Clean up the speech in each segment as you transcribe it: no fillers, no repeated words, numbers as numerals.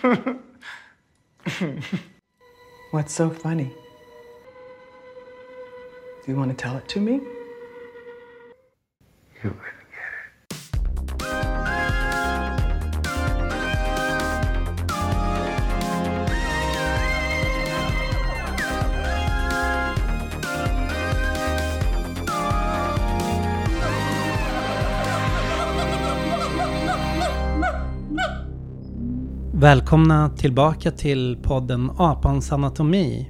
What's so funny? Do you want to tell it to me? You wouldn't get it. Välkomna tillbaka till podden Apans anatomi.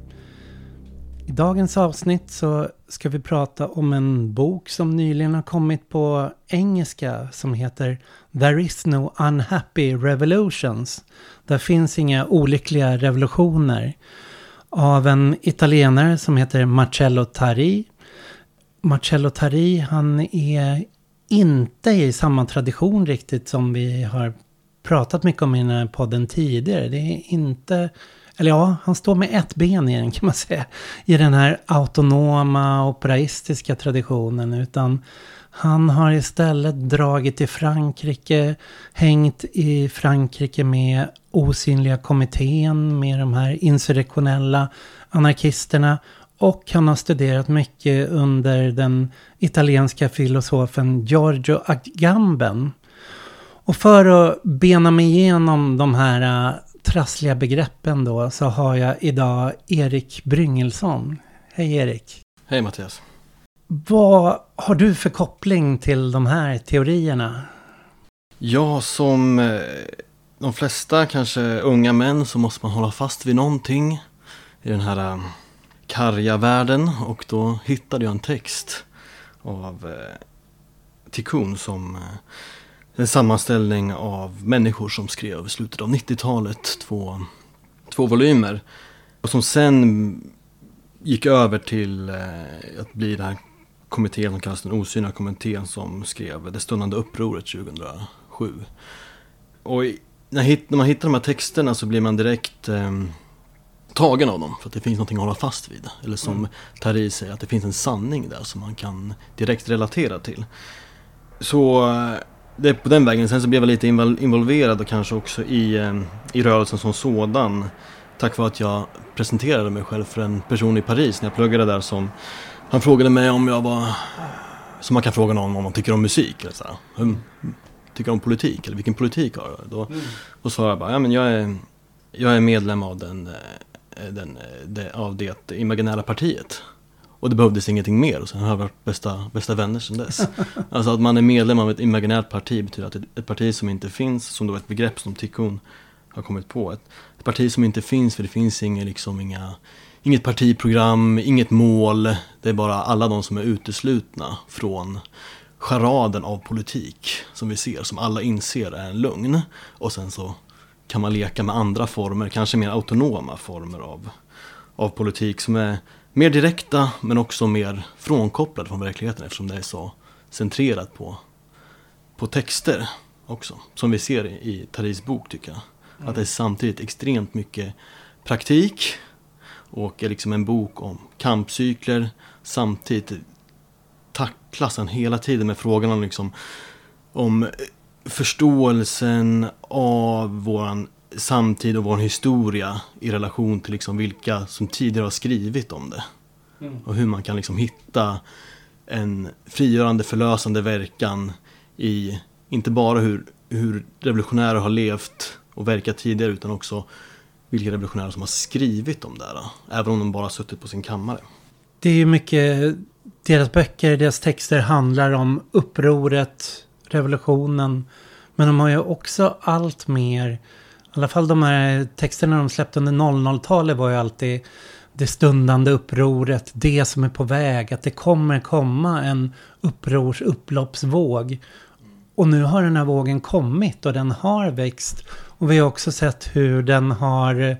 I dagens avsnitt så ska vi prata om en bok som nyligen har kommit på engelska som heter There is no unhappy revolutions. Där finns inga olyckliga revolutioner. Av en italienare som heter Marcello Tari. Marcello Tari, han är inte i samma tradition riktigt som vi har pratat mycket om i den här podden tidigare. Det är inte, eller ja, han står med ett ben i den kan man säga, i den här autonoma operaistiska traditionen, utan han har istället dragit till Frankrike, hängt i Frankrike med osynliga kommittén, med de här insurrektionella anarkisterna, och han har studerat mycket under den italienska filosofen Giorgio Agamben. Och för att bena mig igenom de här trassliga begreppen då, så har jag idag Erik Bryngelsson. Hej Erik. Hej Mattias. Vad har du för koppling till de här teorierna? Ja, som de flesta kanske unga män så måste man hålla fast vid någonting i den här karga världen. Och då hittade jag en text av Tikkun som en sammanställning av människor som skrev i slutet av 90-talet, två volymer. Och som sen gick över till att bli den här kommittén som kallas den osynliga kommittén som skrev Det stundande upproret 2007. Och när man hittar de här texterna så blir man direkt tagen av dem, för att det finns någonting att hålla fast vid. Eller som Tari säger, att det finns en sanning där som man kan direkt relatera till. Så det är på den vägen. Sen så blev jag lite involverad och kanske också i rörelsen som sådan. Tack vare att jag presenterade mig själv för en person i Paris när jag pluggade där. Han frågade mig om jag var, som man kan fråga någon om man tycker om musik. Eller så här, tycker om politik eller vilken politik har jag? Då sa jag bara, ja, men jag är medlem av av det imaginära partiet. Och det behövdes ingenting mer, och sen har jag varit bästa vänner sedan dess. Alltså att man är medlem av ett imaginärt parti betyder att ett parti som inte finns, som då är ett begrepp som Tikkun har kommit på. Ett parti som inte finns, för det finns inget partiprogram, inget mål. Det är bara alla de som är uteslutna från charaden av politik som vi ser, som alla inser är en lögn. Och sen så kan man leka med andra former, kanske mer autonoma former av politik som är mer direkta men också mer frånkopplade från verkligheten, eftersom det är så centrerat på texter också. Som vi ser i Taris bok, tycker jag. Att det är samtidigt extremt mycket praktik och är liksom en bok om kampcykler. Samtidigt tacklas han hela tiden med frågan om förståelsen av våran samtid och vår historia i relation till vilka som tidigare har skrivit om det. Och hur man kan hitta en frigörande, förlösande verkan i inte bara hur revolutionärer har levt och verkat tidigare, utan också vilka revolutionärer som har skrivit om det här, även om de bara suttit på sin kammare. Det är ju mycket, deras böcker, deras texter handlar om upproret, revolutionen, men de har ju också allt mer, i alla fall de här texterna de släppte under 00-talet var ju alltid det stundande upproret, det som är på väg, att det kommer komma en upploppsvåg. Och nu har den här vågen kommit och den har växt. Och vi har också sett hur den har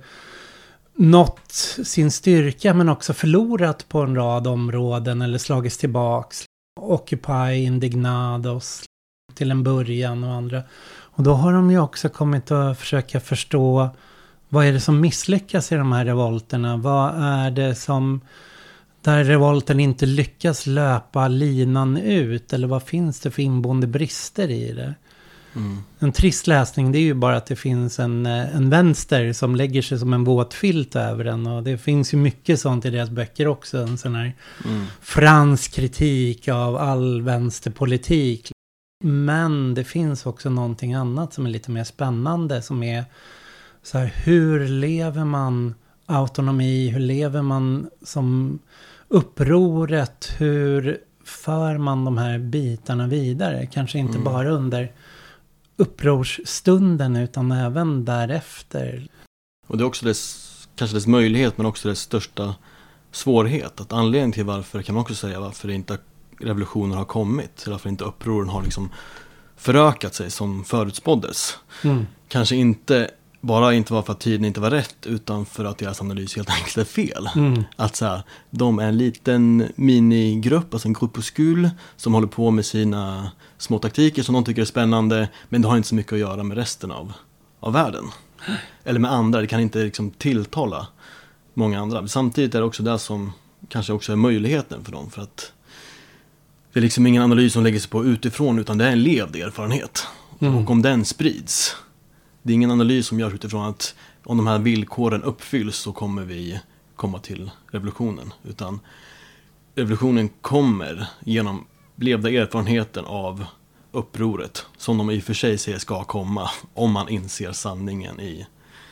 nått sin styrka men också förlorat på en rad områden eller slagits tillbaks. Occupy, Indignados till en början och andra. Och då har de ju också kommit att försöka förstå vad är det som misslyckas i de här revolterna. Vad är det som där revolten inte lyckas löpa linan ut, eller vad finns det för inboende brister i det? En trist läsning, det är ju bara att det finns en vänster som lägger sig som en våt filt över den. Och det finns ju mycket sånt i deras böcker också. En sån här fransk kritik av all vänsterpolitik. Men det finns också någonting annat som är lite mer spännande. Som är så här, hur lever man autonomi? Hur lever man som upproret? Hur för man de här bitarna vidare? Kanske inte bara under upprorsstunden utan även därefter. Och det är också kanske dess möjlighet men också dess största svårighet. Att anledningen till varför, kan man också säga, varför inte revolutionen har kommit. Eller varför inte upproren har liksom förökat sig som förutspåddes. Kanske inte var för att tiden inte var rätt utan för att deras analys helt enkelt är fel. Att så här, de är en liten minigrupp, alltså en gruppuskul som håller på med sina små taktiker som de tycker är spännande, men det har inte så mycket att göra med resten av världen. Eller med andra, det kan inte liksom tilltala många andra. Samtidigt är det också det som kanske också är möjligheten för dem, för att det är liksom ingen analys som lägger sig på utifrån utan det är en levd erfarenhet. Och om den sprids, det är ingen analys som görs utifrån att om de här villkoren uppfylls så kommer vi komma till revolutionen. Utan revolutionen kommer genom levda erfarenheten av upproret som de i och för sig säger ska komma om man inser sanningen i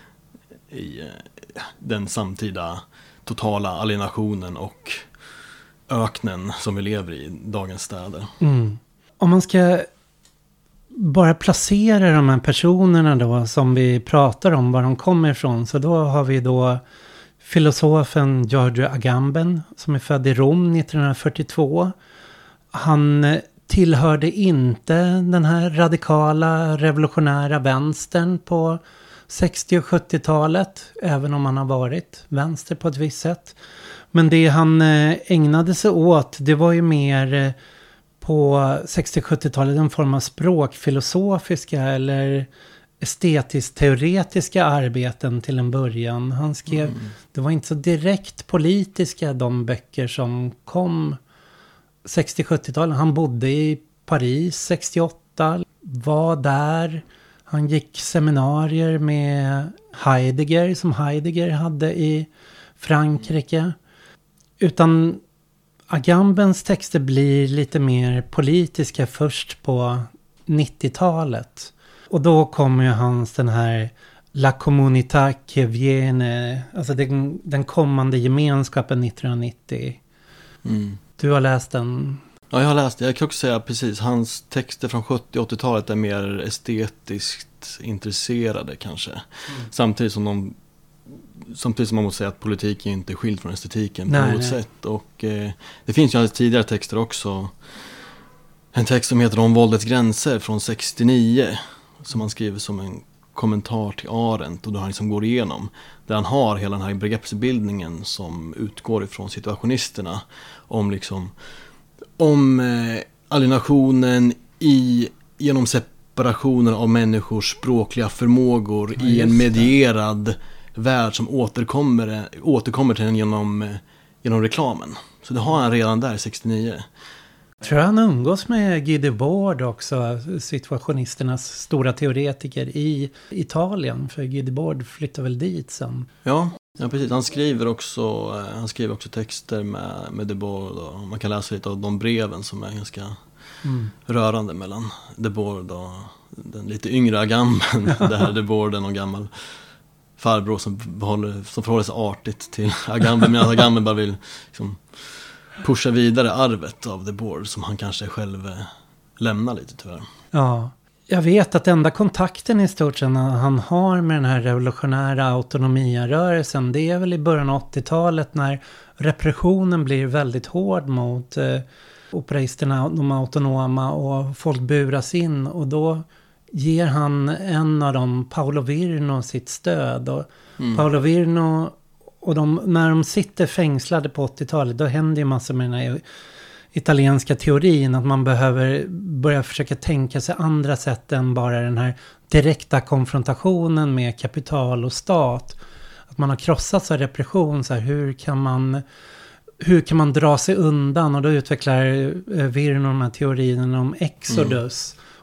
den samtida totala alienationen och öknen som vi lever i dagens städer. Om man ska bara placera de här personerna då som vi pratar om, var de kommer ifrån, så då har vi då filosofen Giorgio Agamben som är född i Rom 1942. Han tillhörde inte den här radikala revolutionära vänstern på 60- och 70-talet, även om han har varit vänster på ett visst sätt. Men det han ägnade sig åt, det var ju mer på 60-70-talet en form av språkfilosofiska eller estetisk-teoretiska arbeten till en början. Han skrev, det var inte så direkt politiska de böcker som kom 60-70-talet. Han bodde i Paris 68, var där. Han gick seminarier med Heidegger som Heidegger hade i Frankrike. Utan Agambens texter blir lite mer politiska först på 90-talet. Och då kommer ju hans den här La Comunità che viene, alltså den kommande gemenskapen 1990. Du har läst den? Ja, jag har läst det. Jag kan också säga precis, hans texter från 70- och 80-talet är mer estetiskt intresserade kanske. Samtidigt som man måste säga att politik är inte skild från estetiken på något sätt. Och det finns ju hans tidigare texter också. En text som heter Om våldets gränser från 69 som han skriver som en kommentar till Arendt och då han liksom går igenom där han har hela den här begreppsbildningen som utgår ifrån situationisterna om alienationen genom separationen av människors språkliga förmågor i en medierad värld som återkommer till den genom reklamen. Så det har han redan där 69. Jag tror han umgås med Guy Debord också, situationisternas stora teoretiker i Italien. För Guy Debord flyttar väl dit sen. Ja, precis. Han skriver också texter med Debord. Och man kan läsa lite av de breven som är ganska rörande mellan Debord och den lite yngre Agamben. Det här Debord är någon gammal farbror som förhåller sig artigt till Agamben. Medan Agamben bara vill liksom pusha vidare arvet av Debord som han kanske själv lämnar lite tyvärr. Ja, jag vet att enda kontakten i stort sett han har med den här revolutionära autonomierörelsen, det är väl i början av 80-talet när repressionen blir väldigt hård mot operaisterna, de autonoma, och folk buras in, och då ger han en av dem, Paolo Virno, sitt stöd. Och Paolo Virno och när de sitter fängslade på 80-talet, då händer ju massor med den här italienska teorin att man behöver börja försöka tänka sig andra sätt än bara den här direkta konfrontationen med kapital och stat. Att man har krossats av repression, så här, hur kan man dra sig undan? Och då utvecklar Virno de här teorierna om Exodus.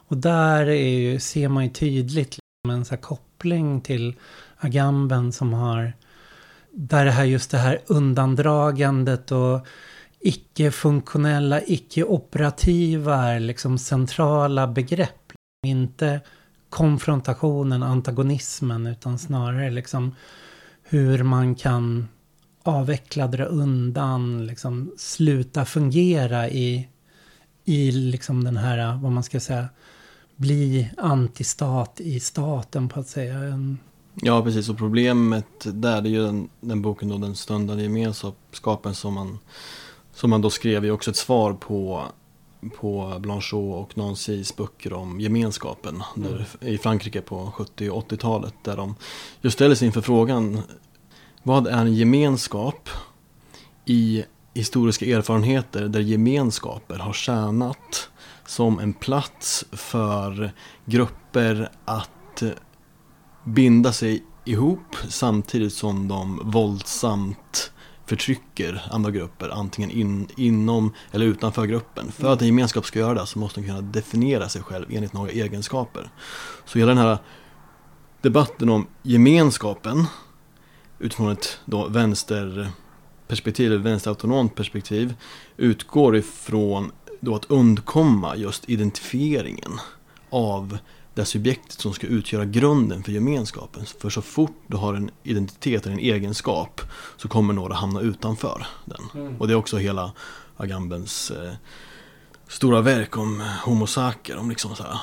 Och där ser man ju tydligt liksom en så här koppling till Agamben som har, där det här just det här undandragandet och icke-funktionella, icke-operativa är liksom centrala begrepp. Inte konfrontationen, antagonismen, utan snarare liksom hur man kan avveckla, dra undan, liksom sluta fungera i liksom den här, vad man ska säga, bli antistat i staten på att säga. Ja, precis. Och problemet där, det är ju den boken då, Den stundande gemenskapen som man då skrev, är också ett svar på Blanchot och Nancys böcker om gemenskapen i Frankrike på 70- och 80-talet, där de just ställer sig inför frågan: vad är en gemenskap i historiska erfarenheter där gemenskaper har tjänat som en plats för grupper att binda sig ihop samtidigt som de våldsamt förtrycker andra grupper, antingen inom eller utanför gruppen. För att en gemenskap ska göra det så måste den kunna definiera sig själv enligt några egenskaper. Så hela den här debatten om gemenskapen utifrån ett då vänsterperspektiv, eller vänsterautonont perspektiv, utgår ifrån då att undkomma just identifieringen av det subjektet som ska utgöra grunden för gemenskapen. För så fort du har en identitet eller en egenskap så kommer några hamna utanför den. Och det är också hela Agambens stora verk om Homo sacer, om liksom så här,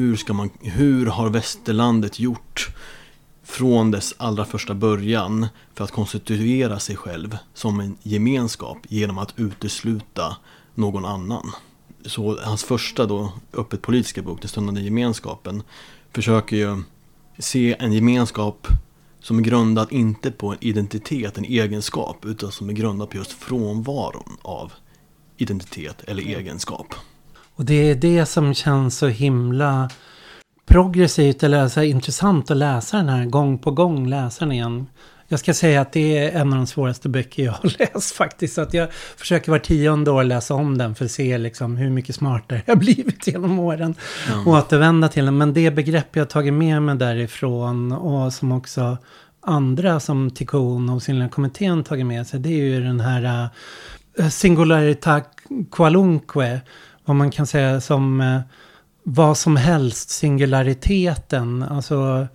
hur har västerlandet gjort från dess allra första början för att konstituera sig själv som en gemenskap genom att utesluta någon annan. Så hans första då öppet politiska bok, Den stundande gemenskapen, försöker ju se en gemenskap som är grundad inte på en identitet, en egenskap, utan som är grundad på just frånvaron av identitet eller egenskap. Och det är det som känns så himla progressivt eller så intressant att läsa den här gång på gång, läsa den igen. Jag ska säga att det är en av de svåraste böcker jag har läst faktiskt. Så att jag försöker var 10:e år läsa om den för att se liksom hur mycket smartare jag har blivit genom åren. Och återvända till den. Men det begrepp jag har tagit med mig därifrån och som också andra som Tikkun och Osynliga kommittén tagit med sig, det är ju den här singularità qualunque, vad man kan säga som vad som helst, singulariteten. Alltså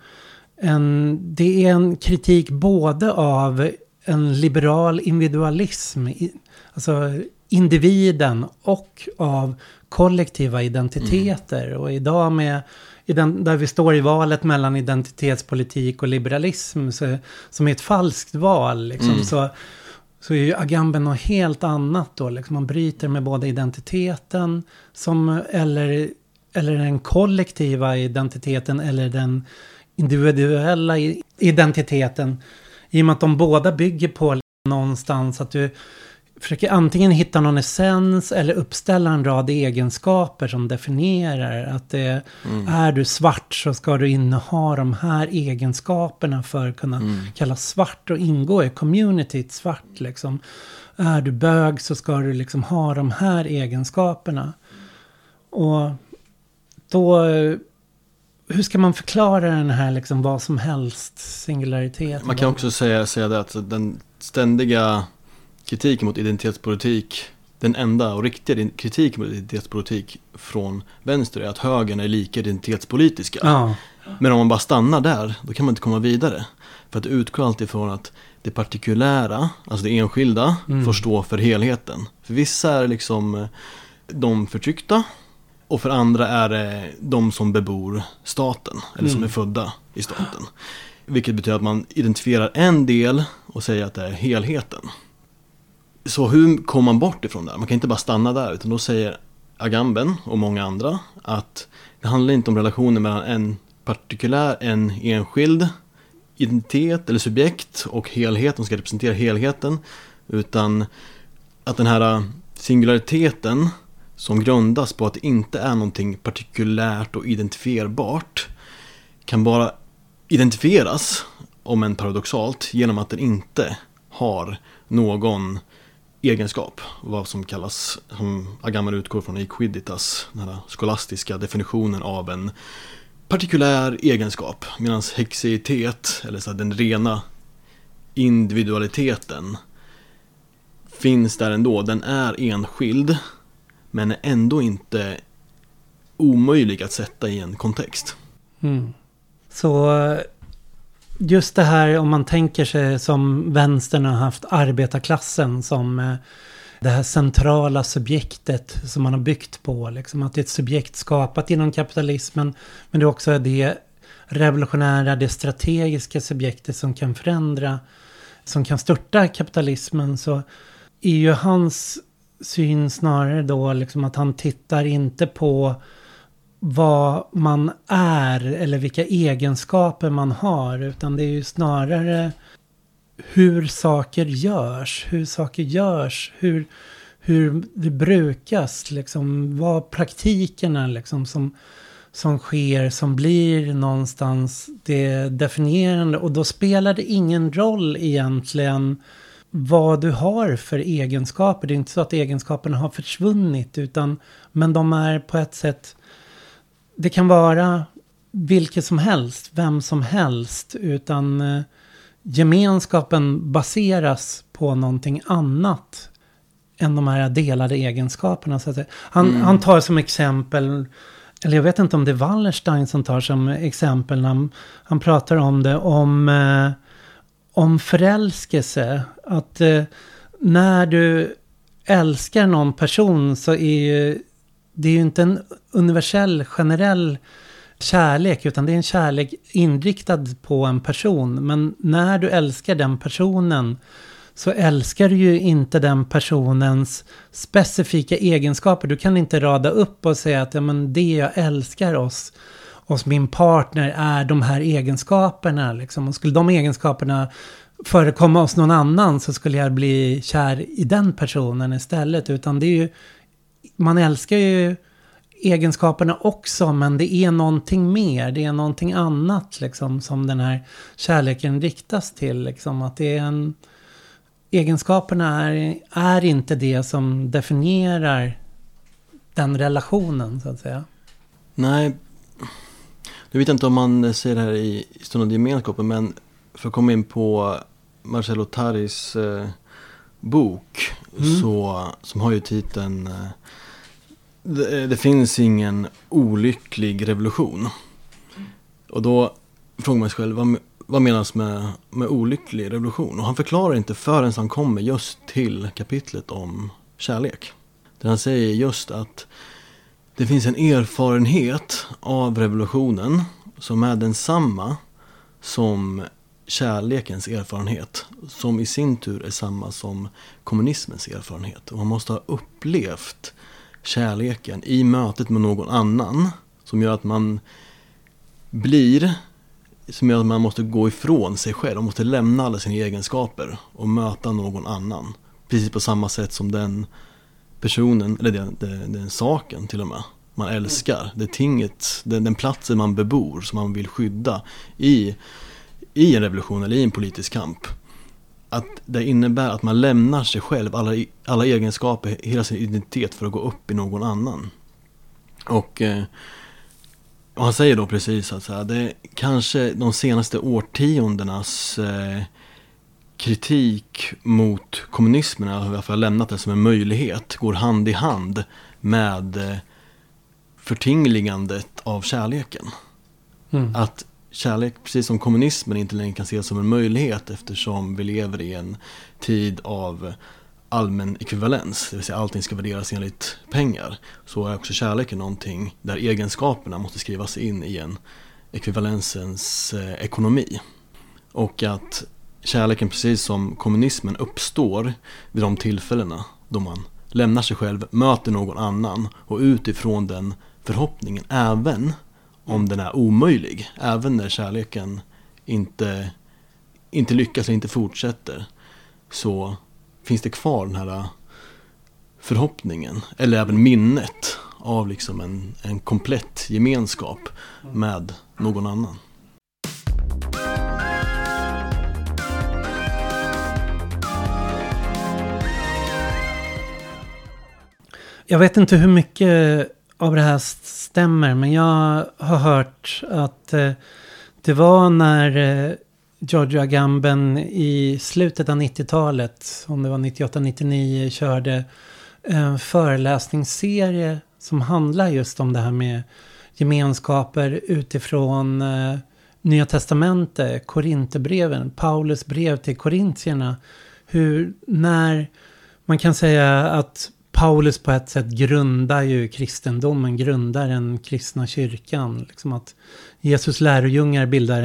det är en kritik både av en liberal individualism, alltså individen, och av kollektiva identiteter. Och idag där vi står i valet mellan identitetspolitik och liberalism, som är ett falskt val liksom, så är ju Agamben något helt annat då. Liksom man bryter med både identiteten eller den kollektiva identiteten eller den individuella identiteten, i och med att de båda bygger på någonstans att du försöker antingen hitta någon essens eller uppställa en rad egenskaper som definierar att är du svart så ska du inneha de här egenskaperna för att kunna kallas svart och ingå i communityt svart liksom. Är du bög så ska du liksom ha de här egenskaperna. Och då, hur ska man förklara den här liksom vad som helst singulariteten? Man kan också säga det att den ständiga kritiken mot identitetspolitik, den enda och riktiga kritiken mot identitetspolitik från vänster är att högern är lika identitetspolitiska. Ja. Men om man bara stannar där, då kan man inte komma vidare. För att det utgår alltid från att det partikulära, alltså det enskilda, får stå för helheten. För vissa är liksom de förtryckta, och för andra är det de som bebor staten, eller som är födda i staten. Vilket betyder att man identifierar en del och säger att det är helheten. Så hur kommer man bort ifrån det? Man kan inte bara stanna där, utan då säger Agamben och många andra att det handlar inte om relationen mellan en enskild identitet eller subjekt och helheten ska representera helheten, utan att den här singulariteten som grundas på att det inte är någonting partikulärt och identifierbart kan bara identifieras, om en paradoxalt, genom att den inte har någon egenskap, vad som kallas, som Agamben utgår från i Quidditas, den här skolastiska definitionen av en partikulär egenskap, medan hexiitet, eller så här, den rena individualiteten, finns där ändå. Den är enskild, men är ändå inte omöjlig att sätta i en kontext. Så just det här, om man tänker sig som vänstern har haft arbetarklassen som det här centrala subjektet som man har byggt på, liksom, att det är ett subjekt skapat inom kapitalismen, men det är också det revolutionära, det strategiska subjektet som kan förändra, som kan störta kapitalismen, så är ju hans syn snarare då liksom att han tittar inte på vad man är eller vilka egenskaper man har, utan det är ju snarare hur saker görs, hur det brukas, liksom, vad praktikerna liksom som sker, som blir någonstans det definierande, och då spelar det ingen roll egentligen vad du har för egenskaper. Det är inte så att egenskaperna har försvunnit, men de är på ett sätt, det kan vara vilket som helst, vem som helst, utan gemenskapen baseras på någonting annat än de här delade egenskaperna. Så att säga. Han tar som exempel, eller jag vet inte om det är Wallerstein som tar som exempel när han pratar om det, om förälskelse, att när du älskar någon person så är det är ju inte en universell, generell kärlek, utan det är en kärlek inriktad på en person. Men när du älskar den personen så älskar du ju inte den personens specifika egenskaper. Du kan inte rada upp och säga att ja, men det jag älskar hos min partner är de här egenskaperna. Liksom. Och skulle de egenskaperna förekomma hos någon annan så skulle jag bli kär i den personen istället. Utan det är ju, man älskar ju egenskaperna också, men det är någonting mer, det är någonting annat liksom, som den här kärleken riktas till. Liksom. Att det är egenskaperna är inte det som definierar den relationen, så att säga. Nej, jag vet inte om man säger det här i stundande gemenskapen, men för att komma in på Marcello Taris bok, som har ju titeln det finns ingen olycklig revolution. Och då frågar man sig själv, vad menas med olycklig revolution? Och han förklarar inte förrän han kommer just till kapitlet om kärlek. Där han säger just att det finns en erfarenhet av revolutionen som är densamma som kärlekens erfarenhet, som i sin tur är samma som kommunismens erfarenhet. Och man måste ha upplevt kärleken i mötet med någon annan som gör att man måste gå ifrån sig själv och måste lämna alla sina egenskaper och möta någon annan. Precis på samma sätt som den personen, eller den saken till och med, man älskar. Det tinget, den platsen man bebor som man vill skydda i en revolution eller i en politisk kamp. Att det innebär att man lämnar sig själv, alla egenskaper, hela sin identitet för att gå upp i någon annan. Och han säger då precis att så här, det kanske de senaste årtiondenas kritik mot kommunismen, i alla fall lämnat det som en möjlighet, går hand i hand med förtingligandet av kärleken. Att kärlek, precis som kommunismen, inte längre kan ses som en möjlighet eftersom vi lever i en tid av allmän ekvivalens, det vill säga allting ska värderas enligt pengar, så är också kärleken någonting där egenskaperna måste skrivas in i en ekvivalensens ekonomi. Och att kärleken, precis som kommunismen, uppstår vid de tillfällena då man lämnar sig själv, möter någon annan och utifrån den förhoppningen, även om den är omöjlig, även när kärleken inte lyckas eller inte fortsätter, så finns det kvar den här förhoppningen, eller även minnet av liksom en komplett gemenskap med någon annan. Jag vet inte hur mycket av det här stämmer, men jag har hört att det var när Giorgio Agamben i slutet av 90-talet, om det var 98-99, körde en föreläsningsserie som handlar just om det här med gemenskaper utifrån Nya testamentet, Korinthierbreven, Paulus brev till korintierna. När man kan säga att Paulus på ett sätt grundar ju kristendomen, grundar den kristna kyrkan. Liksom att Jesus lärjungar bildar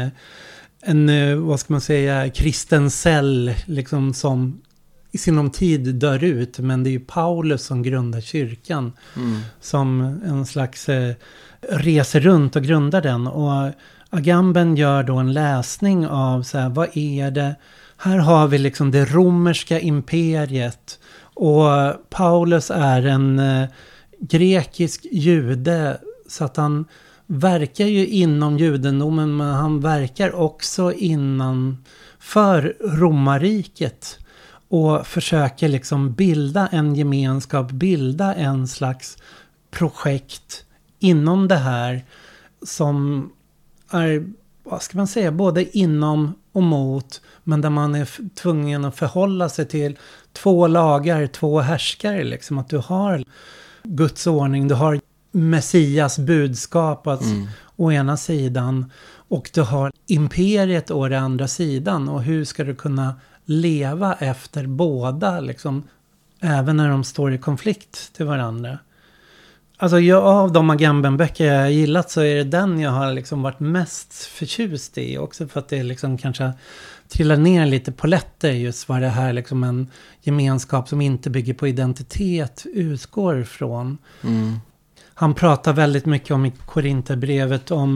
en vad ska man säga, kristen cell liksom, som i sinom tid dör ut. Men det är ju Paulus som grundar kyrkan. Som en slags reser runt och grundar den. Och Agamben gör då en läsning av så här, vad är det? Här har vi liksom det romerska imperiet. Och Paulus är en grekisk jude, så att han verkar ju inom judendomen, men han verkar också innanför romarriket och försöker liksom bilda en gemenskap, bilda en slags projekt inom det här som är, vad ska man säga, både inom och mot, men där man är tvungen att förhålla sig till två lagar, två härskare liksom, att du har Guds ordning, du har Messias budskap å ena sidan och du har imperiet å den andra sidan, och hur ska du kunna leva efter båda liksom, även när de står i konflikt till varandra. Alltså av de Agamben-böcker jag gillat så är det den jag har liksom varit mest förtjust i, också för att det liksom kanske trillar ner lite på lätter, just vad det här liksom en gemenskap som inte bygger på identitet utgår från. Han pratar väldigt mycket om i Korinthierbrevet om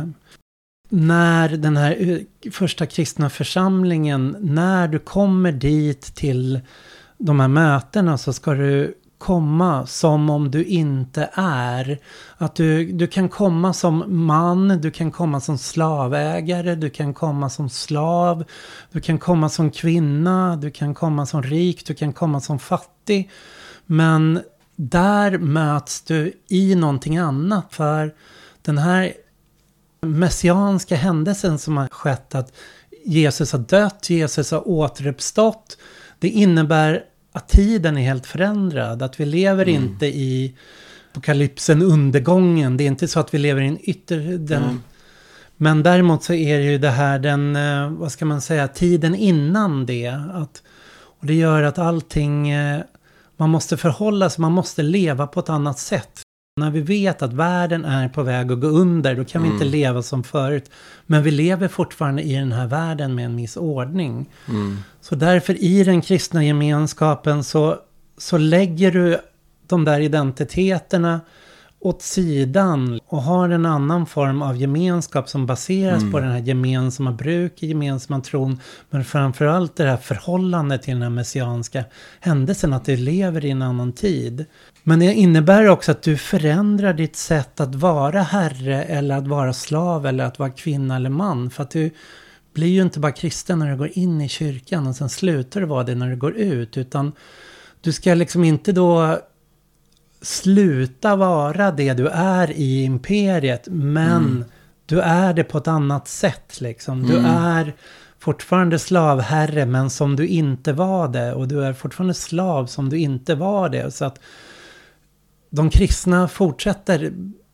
när den här första kristna församlingen, när du kommer dit till de här mötena så ska du komma som om du inte är. Att du kan komma som man, du kan komma som slavägare, du kan komma som slav, du kan komma som kvinna, du kan komma som rik, du kan komma som fattig. Men där möts du i någonting annat, för den här messianska händelsen som har skett, att Jesus har dött, Jesus har återuppstått, det innebär att tiden är helt förändrad. Att vi lever inte i apokalypsen, undergången. Det är inte så att vi lever i en Men däremot så är det ju det här den, vad ska man säga, tiden innan det. Och det gör att allting, man måste förhålla sig, man måste leva på ett annat sätt. När vi vet att världen är på väg att gå under, då kan vi inte leva som förut. Men vi lever fortfarande i den här världen med en viss ordning. Så därför i den kristna gemenskapen så lägger du de där identiteterna åt sidan och har en annan form av gemenskap som baseras på den här gemensamma bruk, gemensamma tron, men framförallt det här förhållandet till den här messianska händelsen, att du lever i en annan tid. Men det innebär också att du förändrar ditt sätt att vara herre eller att vara slav eller att vara kvinna eller man, för att du blir ju inte bara kristen när du går in i kyrkan och sen slutar du vara det när du går ut, utan du ska liksom inte då sluta vara det du är i imperiet, men du är det på ett annat sätt liksom. Du är fortfarande slavherre, men som du inte var det, och du är fortfarande slav som du inte var det. Så att de kristna fortsätter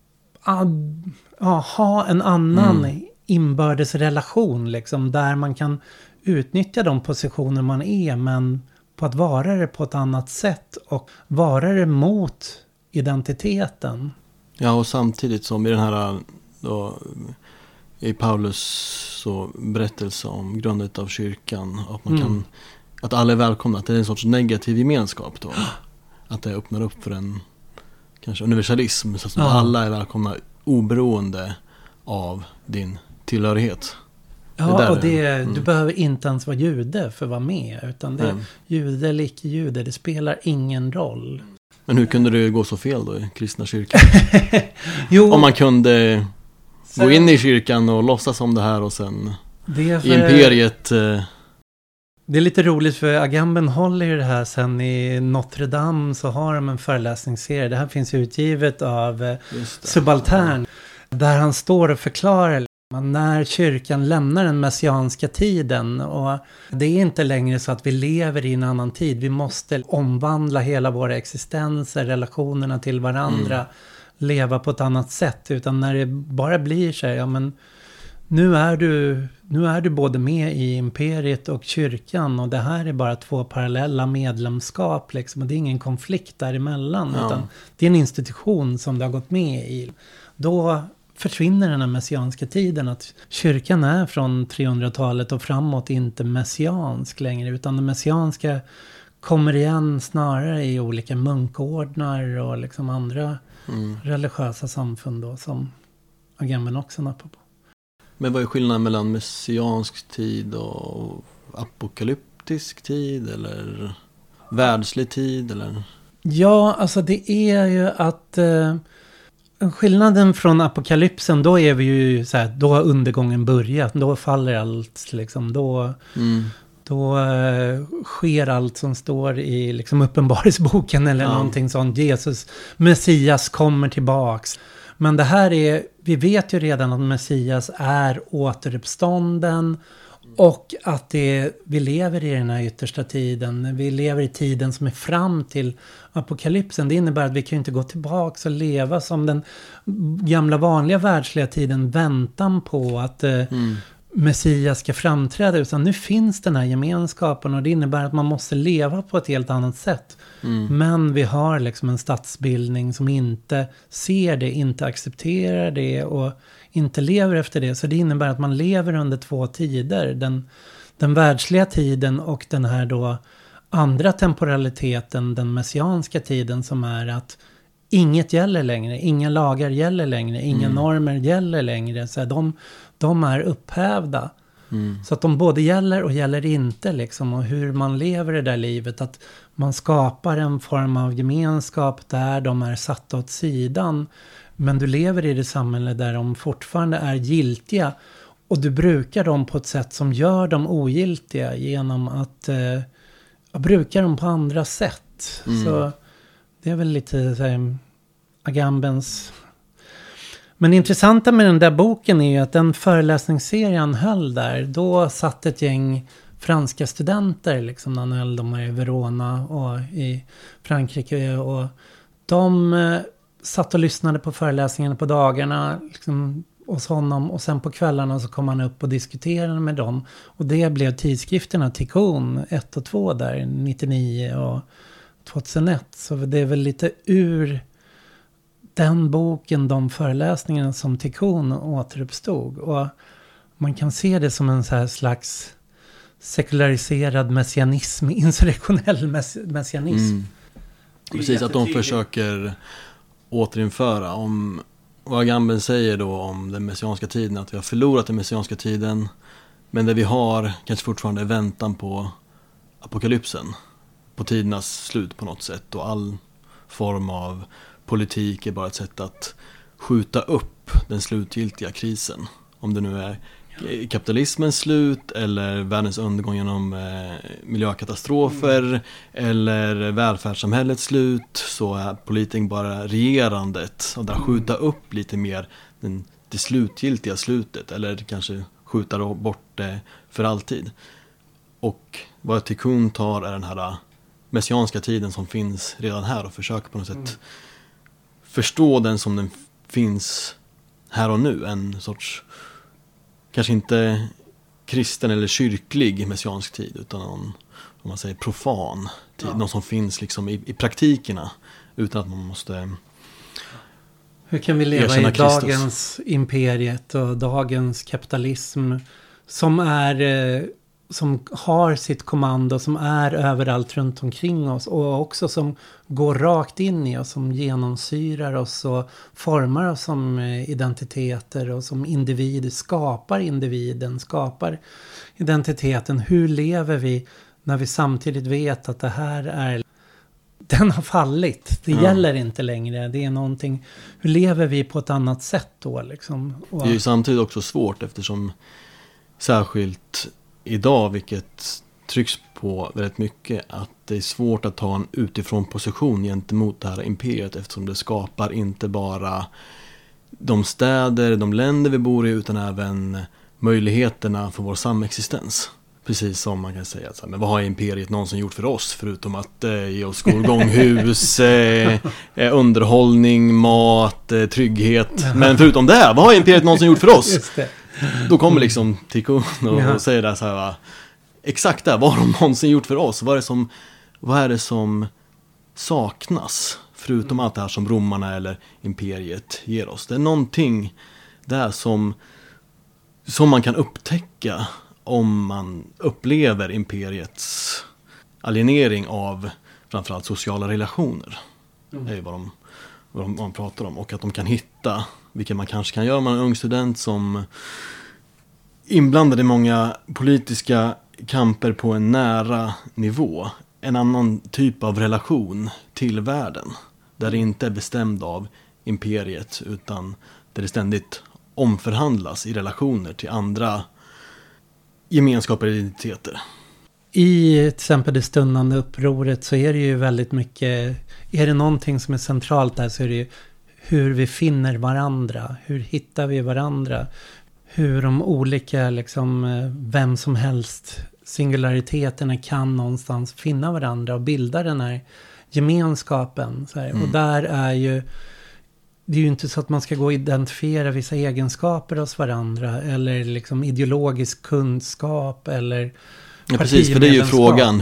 ha en annan inbördes relation liksom, där man kan utnyttja de positioner man är, men på att vara det på ett annat sätt och vara det mot identiteten. Ja, och samtidigt som i den här då, i Paulus så berättelse om grundet av kyrkan, att man kan, att alla är välkomna, att det är en sorts negativ gemenskap då. Att det öppnar upp för en kanske universalism, så att alla är välkomna oberoende av din tillhörighet. Ja, och du behöver inte ens vara jude för att vara med, utan det är jude eller icke-jude, det spelar ingen roll. Men hur kunde det gå så fel då i kristna kyrkan? Om man kunde gå in i kyrkan och låtsas om det här och sen i imperiet Det är lite roligt för Agamben håller ju det här sen i Notre Dame, så har de en föreläsningsserie. Det här finns utgivet av Subaltern. Där han står och förklarar när kyrkan lämnar den messianska tiden, och det är inte längre så att vi lever i en annan tid. Vi måste omvandla hela våra existenser, relationerna till varandra, leva på ett annat sätt. Utan när det bara blir så här, ja men nu är du både med i imperiet och kyrkan, och det här är bara 2 parallella medlemskap liksom, och det är ingen konflikt däremellan, utan det är en institution som du har gått med i. Då försvinner den här messianska tiden, att kyrkan är från 300-talet och framåt inte messiansk längre, utan det messianska kommer igen snarare i olika munkordnar och liksom andra religiösa samfund då, som Agamben också nappar på. Men vad är skillnaden mellan messiansk tid och apokalyptisk tid eller världslig tid? Eller? Ja, alltså det är ju att skillnaden från apokalypsen, då är vi ju så här, då har undergången börjat, då faller allt liksom, då sker allt som står i liksom Uppenbarelseboken eller någonting sånt. Jesus, Messias kommer tillbaks. Men det här är, vi vet ju redan att Messias är återuppstånden, och att vi lever i den här yttersta tiden. Vi lever i tiden som är fram till apokalypsen. Det innebär att vi kan inte gå tillbaka och leva som den gamla vanliga världsliga tiden, väntan på att Messias ska framträda, utan nu finns den här gemenskapen, och det innebär att man måste leva på ett helt annat sätt. Men vi har liksom en statsbildning som inte ser det, inte accepterar det och inte lever efter det. Så det innebär att man lever under 2 tider. Den världsliga tiden och den här då andra temporaliteten, den messianska tiden, som är att inget gäller längre, inga lagar gäller längre, inga normer gäller längre. Så de är upphävda. Så att de både gäller och gäller inte liksom, och hur man lever det där livet, att man skapar en form av gemenskap där de är satta åt sidan, men du lever i det samhälle där de fortfarande är giltiga, och du brukar dem på ett sätt som gör dem ogiltiga genom att bruka dem på andra sätt. Så det är väl lite så här, Agambens. Men det intressanta med den där boken är ju att den föreläsningsserien höll där, då satt ett gäng franska studenter liksom, när han höll dem i Verona och i Frankrike, och de satt och lyssnade på föreläsningarna på dagarna liksom, hos honom, och sen på kvällarna så kom han upp och diskuterade med dem, och det blev tidskrifterna Tikkun 1 och 2 där 99 och 2001. Så det är väl lite ur den boken, de föreläsningarna, som Tikkun återuppstod, och man kan se det som en så här slags sekulariserad messianism, insurrektionell messianism. Precis, att de försöker återinföra, om vad Agamben säger då om den messianska tiden, att vi har förlorat den messianska tiden, men det vi har kanske fortfarande är väntan på apokalypsen, på tidernas slut på något sätt, och all form av politik är bara ett sätt att skjuta upp den slutgiltiga krisen. Om det nu är kapitalismens slut, eller världens undergång genom miljökatastrofer, eller välfärdssamhällets slut, så är politiken bara regerandet, och där skjuta upp lite mer det slutgiltiga slutet, eller kanske skjuta bort det för alltid. Och vad Tikkun tar är den här messianska tiden som finns redan här, och försöker på något sätt förstå den som den finns här och nu. En sorts, kanske inte kristen eller kyrklig messiansk tid, utan någon, om man säger, profan tid. Någon som finns liksom i praktikerna, utan att man måste. Hur kan vi leva i dagens imperiet och dagens kapitalism som har sitt kommando, som är överallt runt omkring oss, och också som går rakt in i oss, som genomsyrar oss och formar oss som identiteter och som individer, skapar individen, skapar identiteten. Hur lever vi när vi samtidigt vet att det här är, den har fallit, det gäller inte längre, det är någonting, hur lever vi på ett annat sätt då liksom? Och det är ju samtidigt också svårt, eftersom särskilt idag, vilket trycks på väldigt mycket att det är svårt att ta en utifrån position gentemot det här imperiet, eftersom det skapar inte bara de städer, de länder vi bor i, utan även möjligheterna för vår samexistens. Precis som man kan säga, men vad har imperiet någonsin gjort för oss förutom att ge oss skolgånghus, underhållning, mat, trygghet. Men förutom det här, vad har imperiet någonsin gjort för oss? Just det. Då kommer liksom Tikkun och säger det så här, va? Exakt det, vad har de någonsin gjort för oss? Vad är det som saknas förutom allt det här som romarna eller imperiet ger oss? Det är någonting där som man kan upptäcka om man upplever imperiets alienering av framförallt sociala relationer. Det är vad de pratar om. Och att de kan hitta, vilket man kanske kan göra om man är en ung student som inblandad i många politiska kamper på en nära nivå. En annan typ av relation till världen. Där det inte är bestämd av imperiet, utan där det ständigt omförhandlas i relationer till andra gemenskaper och identiteter. I till exempel det stundande upproret så är det ju väldigt mycket, är det någonting som är centralt där så är det ju hur vi finner varandra, hur hittar vi varandra, hur de olika liksom, vem som helst singulariteterna kan någonstans finna varandra och bilda den här gemenskapen. Så här. Och där är ju, det är ju inte så att man ska gå och identifiera vissa egenskaper hos varandra eller liksom ideologisk kunskap eller ja, precis, för det är ju frågan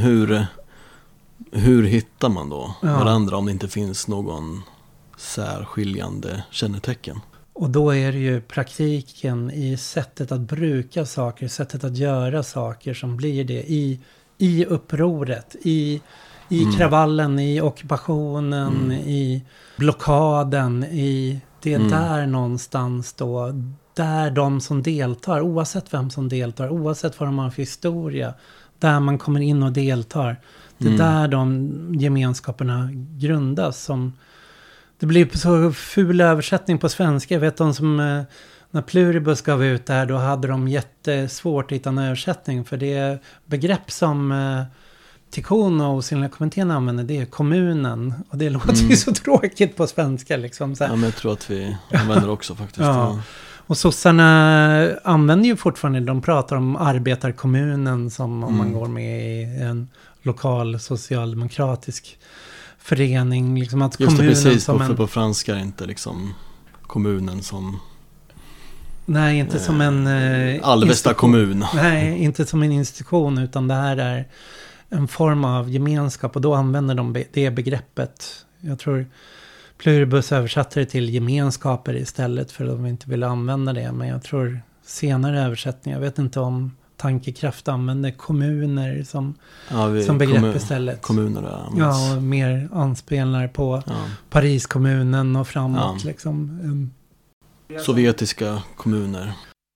hur hittar man då varandra om det inte finns någon särskiljande kännetecken. Och då är det ju praktiken i sättet att bruka saker, sättet att göra saker som blir det i upproret, i kravallen, i ockupationen, i blockaden, det är där någonstans då, där de som deltar, oavsett vem som deltar, oavsett vad de har för historia, där man kommer in och deltar, det är där de gemenskaperna grundas. Som det blir så ful översättning på svenska. Jag vet de som, när Pluribus gav ut det här, då hade de jättesvårt att hitta en översättning. För det begrepp som Tikkun och Osynliga kommittén använder, det är kommunen. Och det låter ju så tråkigt på svenska. Liksom, så här. Ja, men jag tror att vi använder också faktiskt. Ja. Och sossarna använder ju fortfarande, de pratar om arbetarkommunen som om man går med i en lokal socialdemokratisk förening. Liksom att just det, kommunen precis. som På franska är inte liksom kommunen som... Nej, inte som en... Alvesta kommun. Nej, inte som en institution, utan det här är en form av gemenskap. Och då använder de det begreppet. Jag tror Pluribus översatte det till gemenskaper istället för att de inte ville använda det. Men jag tror senare översättningar, jag vet inte om Tankekraft använder kommuner som begrepp istället. Kommuner där. Ja, och mer anspelar på Pariskommunen och framåt. Liksom. Sovjetiska kommuner.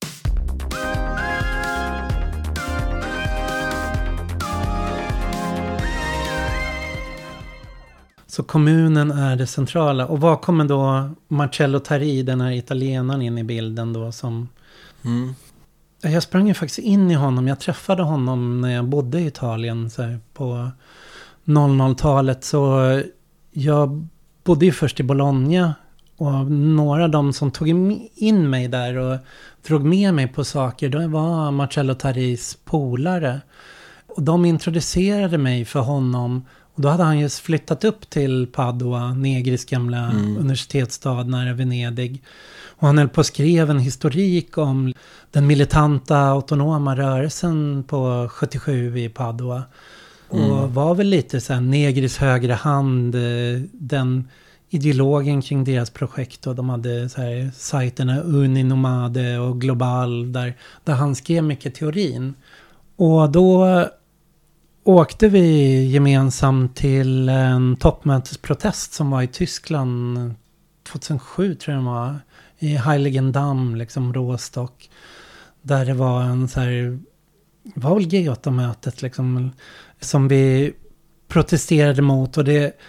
Så kommunen är det centrala. Och vad kommer då Marcello Tari, den här italienaren, in i bilden då som... Jag sprang ju faktiskt in i honom. Jag träffade honom när jag bodde i Italien så här, på 00-talet. Så jag bodde ju först i Bologna. Och några av dem som tog in mig där och drog med mig på saker, det var Marcello Taris polare. Och de introducerade mig för honom. Och då hade han just flyttat upp till Padua, Negris gamla universitetsstad nära Venedig. Och han höll på och skrev en historik om den militanta autonoma rörelsen på 77 i Padua. Och var väl lite så här Negris högra hand, den ideologen kring deras projekt. Och de hade så här sajterna Uninomade och Global där han skrev mycket teorin. Och då åkte vi gemensamt till en toppmötesprotest som var i Tyskland 2007 tror jag det var. I Heiligendamm, liksom Rostock. Där det var en så här, var väl G8-mötet liksom, som vi protesterade mot. Och det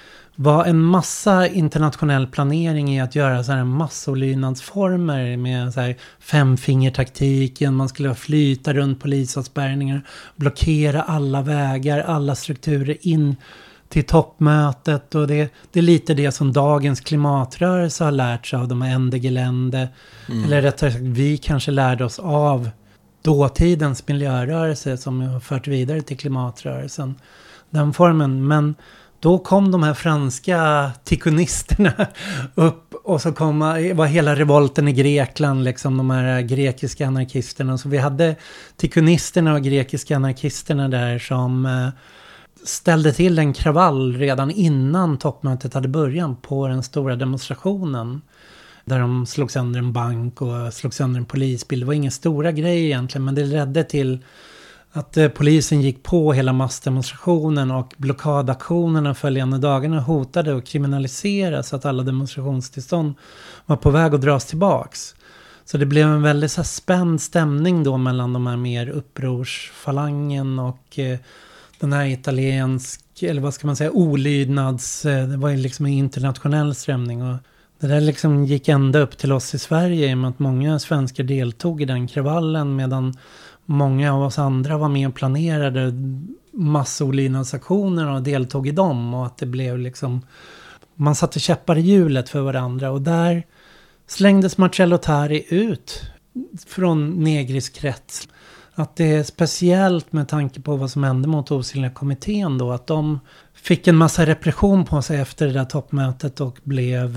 var en massa internationell planering i att göra så här massolydnadsformer med så här femfingertaktiken. Man skulle flyta runt polisavspärrningar, blockera alla vägar, alla strukturer in till toppmötet. Och det är lite det som dagens klimatrörelse har lärt sig av de här Ende Gelände. Eller rättare sagt, vi kanske lärde oss av dåtidens miljörörelse som har fört vidare till klimatrörelsen. Den formen, men då kom de här franska tikkunisterna upp och så var hela revolten i Grekland, liksom de här grekiska anarkisterna. Så vi hade tikkunisterna och grekiska anarkisterna där som ställde till en kravall redan innan toppmötet hade börjat på den stora demonstrationen. Där de slog sönder en bank och slog sönder en polisbil. Det var ingen stora grej egentligen, men det ledde till att polisen gick på hela massdemonstrationen och blockadaktionerna följande dagarna hotade och kriminaliserade så att alla demonstrationstillstånd var på väg att dras tillbaks. Så det blev en väldigt så här spänd stämning då mellan de här mer upprorsfalangen och den här eller vad ska man säga, olydnads, det var ju liksom en internationell stämning och det där liksom gick ända upp till oss i Sverige i och med att många svenskar deltog i den kravallen medan många av oss andra var med och planerade massolydnadsaktioner och deltog i dem och att det blev liksom, man satte käppar i hjulet för varandra och där slängdes Marcello Tari ut från Negris krets. Att det är speciellt med tanke på vad som hände mot Osynliga kommittén då, att de fick en massa repression på sig efter det där toppmötet och blev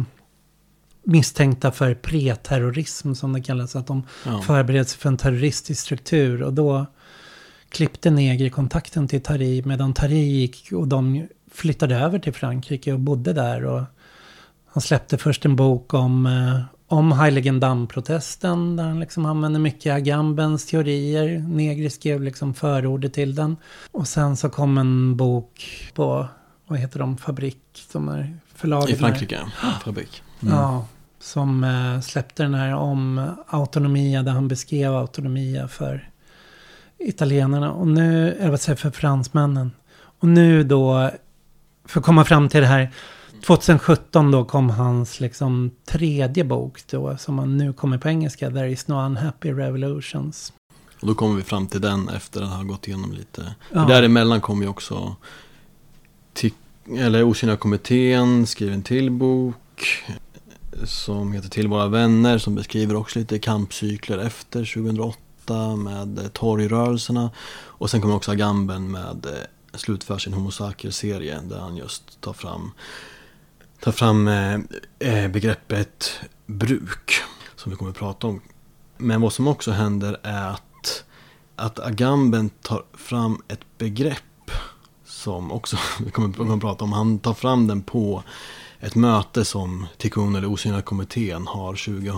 misstänkta för pre-terrorism som det kallas, att de förberedde sig för en terroristisk struktur och då klippte Negri kontakten till Tari medan Tari gick och de flyttade över till Frankrike och bodde där och han släppte först en bok om Heiligendamm-protesten där han liksom använde mycket Agambens teorier. Negri skrev liksom förordet till den. Och sen så kom en bok på, vad heter de, Fabrik som är förlaget. I Frankrike, Fabrik. Ja, som släppte den här om autonomia där han beskrev autonomia för italienarna. Och nu, jag vill säga för fransmännen. Och nu då, för att komma fram till det här 2017 då kom hans liksom tredje bok då som nu kommer på engelska, There is no unhappy revolutions. Och då kommer vi fram till den efter att ha gått igenom lite. Ja. Däremellan kom ju också Osynliga kommittén skrev en till bok som heter Till våra vänner som beskriver också lite kampcykler efter 2008 med torgrörelserna och sen kommer också Agamben med slutför sin Homo Sacer-serie där han just tar fram begreppet bruk som vi kommer att prata om. Men vad som också händer är att Agamben tar fram ett begrepp som också vi kommer att prata om. Han tar fram den på ett möte som Tikkun eller Osynliga kommittén har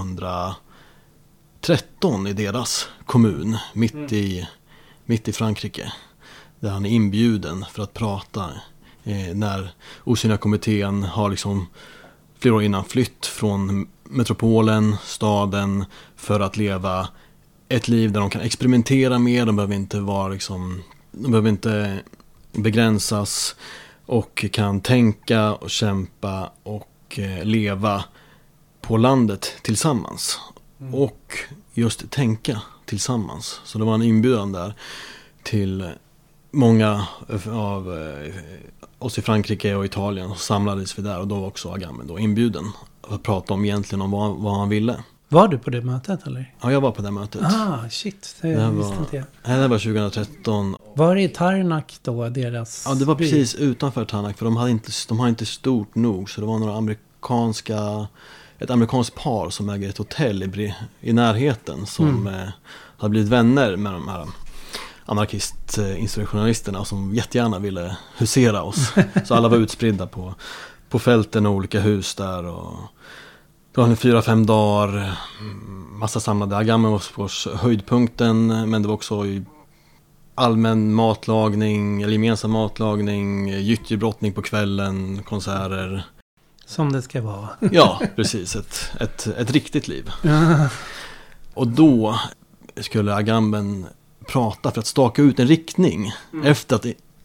2013 i deras kommun mitt i Frankrike. Där han är inbjuden för att prata när Osynliga kommittén har liksom flera år innan flytt från metropolen, staden för att leva ett liv där de kan experimentera mer, de behöver inte begränsas och kan tänka och kämpa och leva på landet tillsammans och just tänka tillsammans. Så det var en inbjudan där till många av oss i Frankrike och Italien och samlades vi där och då var också Agamben då inbjuden att prata om egentligen om vad han ville. Var du på det mötet eller? Ja, jag var på det mötet. Shit, det visste inte jag. Det var 2013. Var det i Tarnak då deras? Ja, det var precis utanför Tarnak för de har inte stort nog så det var några ett amerikanskt par som äger ett hotell i närheten som hade blivit vänner med de här anarkist-insurrektionalisterna som jättegärna ville husera oss. Så alla var utspridda på fälten och olika hus där och det var 4-5 dagar massa samlade. Agamben var på höjdpunkten men det var också allmän matlagning eller gemensam matlagning, gyttjebrottning på kvällen, konserter. Som det ska vara. Ja, precis. Ett riktigt liv. Och då skulle Agamben prata för att staka ut en riktning efter att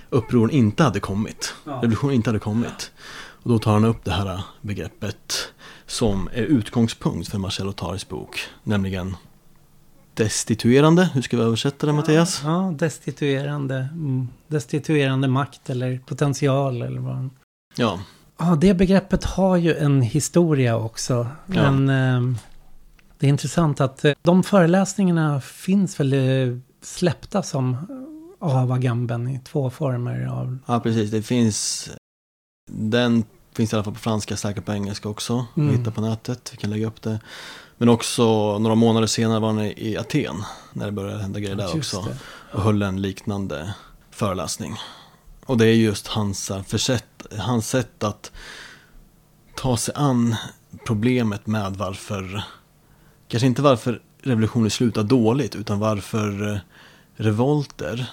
upproren inte hade kommit. Ja. Revolutionen inte hade kommit. Och då tar han upp det här begreppet som är utgångspunkt för Marcello Taris bok. Nämligen destituerande. Hur ska vi översätta det, Mattias? Ja, destituerande makt eller potential eller vad. Ja. Ja, det begreppet har ju en historia också. Ja. Men det är intressant att de föreläsningarna finns väl släppta som av Agamben i 2 former av. Ja, precis. Det finns i alla fall på franska, säkert på engelska också. Hitta på nätet, vi kan lägga upp det. Men också några månader senare var han i Aten när det började hända grejer där Just också. det. Och höll en liknande föreläsning. Och det är just hans sätt att ta sig an problemet med varför, kanske inte varför revolutionen slutar dåligt, utan varför revolter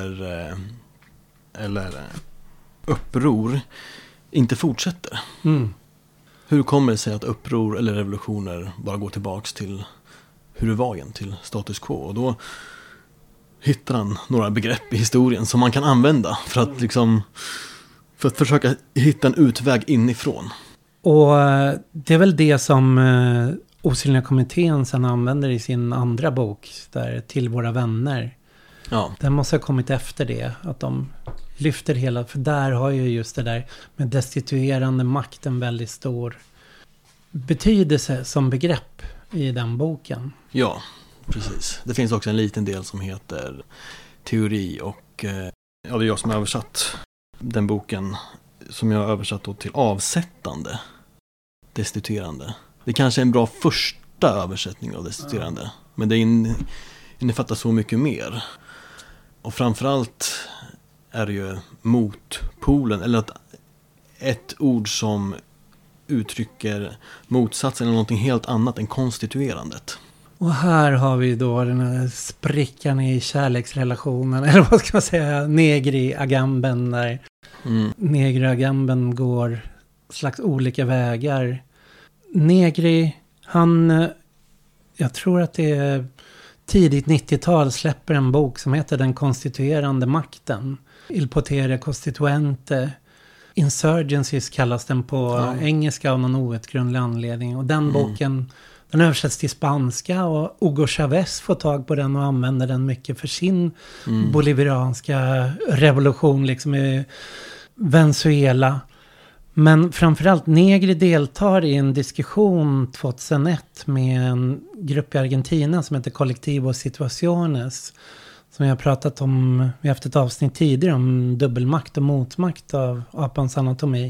eller uppror inte fortsätter. Hur kommer det sig att uppror eller revolutioner bara går tillbaks till hur det var igen, till status quo? Och då hittar han några begrepp i historien som man kan använda för att försöka hitta en utväg inifrån. Och det är väl det som Osynliga kommittén sen använder i sin andra bok där, Till våra vänner. Ja. Den måste ha kommit efter det, att de lyfter hela, för där har ju just det där med destituerande makt en väldigt stor betydelse som begrepp i den boken. Ja, precis. Det finns också en liten del som heter teori och det är jag som har översatt den boken, som jag har översatt då till avsättande, destituerande. Det kanske är en bra första översättning av destituerande, men det innefattar så mycket mer. Och framförallt är det ju motpolen, eller ett ord som uttrycker motsatsen eller någonting helt annat än konstituerandet. Och här har vi då den här sprickan i kärleksrelationen, eller vad ska man säga, Negri-Agamben, där Negri-Agamben går slags olika vägar. Negri, jag tror att det är tidigt 90-tal, släpper en bok som heter Den konstituerande makten. Il potere costituente. Insurgencies kallas den på engelska av någon outgrundlig anledning. Och den boken, den översätts till spanska, och Hugo Chavez får tag på den och använder den mycket för sin bolivianska revolution liksom i Venezuela. Men framförallt Negri deltar i en diskussion 2001 med en grupp i Argentina som heter Colectivo Situaciones, som jag har pratat om, vi har haft ett avsnitt tidigare om dubbelmakt och motmakt av apans anatomi.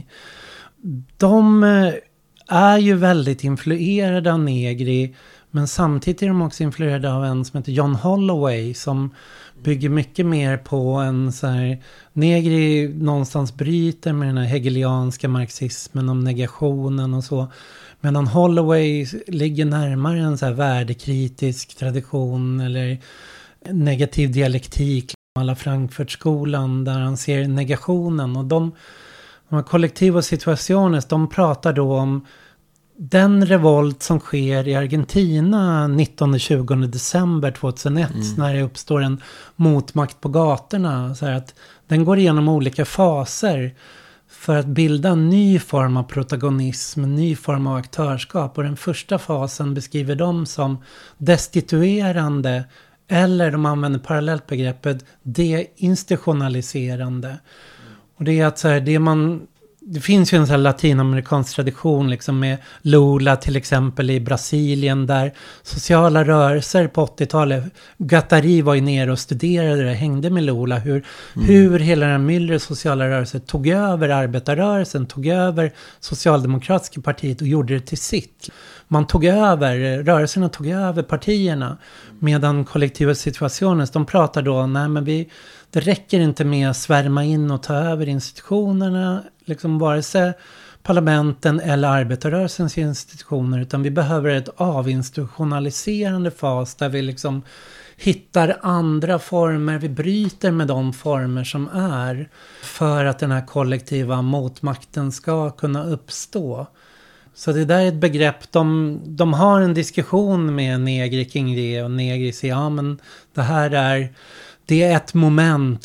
De är ju väldigt influerade av Negri, men samtidigt är de också influerade av en som heter John Holloway, som bygger mycket mer på en så här, Negri någonstans bryter med den här hegelianska marxismen om negationen och så, medan Holloway ligger närmare en så här värdekritisk tradition eller negativ dialektik, alla Frankfurtskolan, där han ser negationen. Och de här kollektiva situationer, de pratar då om den revolt som sker i Argentina 19-20 december 2001 när det uppstår en motmakt på gatorna. Så här att den går igenom olika faser för att bilda en ny form av protagonism, en ny form av aktörskap. Och den första fasen beskriver de som destituerande, eller de använder parallellt begreppet deinstitutionaliserande. Och det är att så här, det finns ju en sån här latinamerikansk tradition liksom med Lula till exempel i Brasilien, där sociala rörelser på 80-talet, Guattari var ju nere och studerade det, hängde med Lula, hur hela den myllre sociala rörelser tog över arbetarrörelsen, tog över socialdemokratiska partiet och gjorde det till sitt. Rörelserna tog över partierna, medan kollektiva situationer, de pratar då, nej men det räcker inte med att svärma in och ta över institutionerna, liksom vare sig parlamenten eller arbetarrörelsens institutioner, utan vi behöver ett avinstitutionaliserande fas där vi liksom hittar andra former, vi bryter med de former som är, för att den här kollektiva motmakten ska kunna uppstå. Så det där är ett begrepp, de har en diskussion med Negri kring det, och Negri säger, ja men det är ett moment,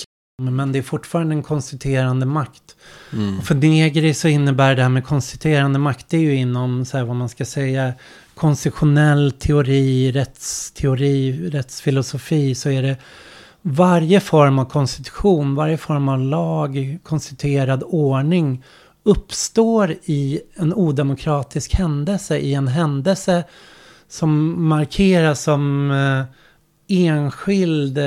Men det är fortfarande en konstituerande makt. Och för Negri så innebär det här med konstituerande makt, det är ju inom så här, vad man ska säga, konstitutionell teori, rättsteori, rättsfilosofi, så är det varje form av konstitution, varje form av lag, konstituerad ordning uppstår i en odemokratisk händelse, i en händelse som markeras som enskild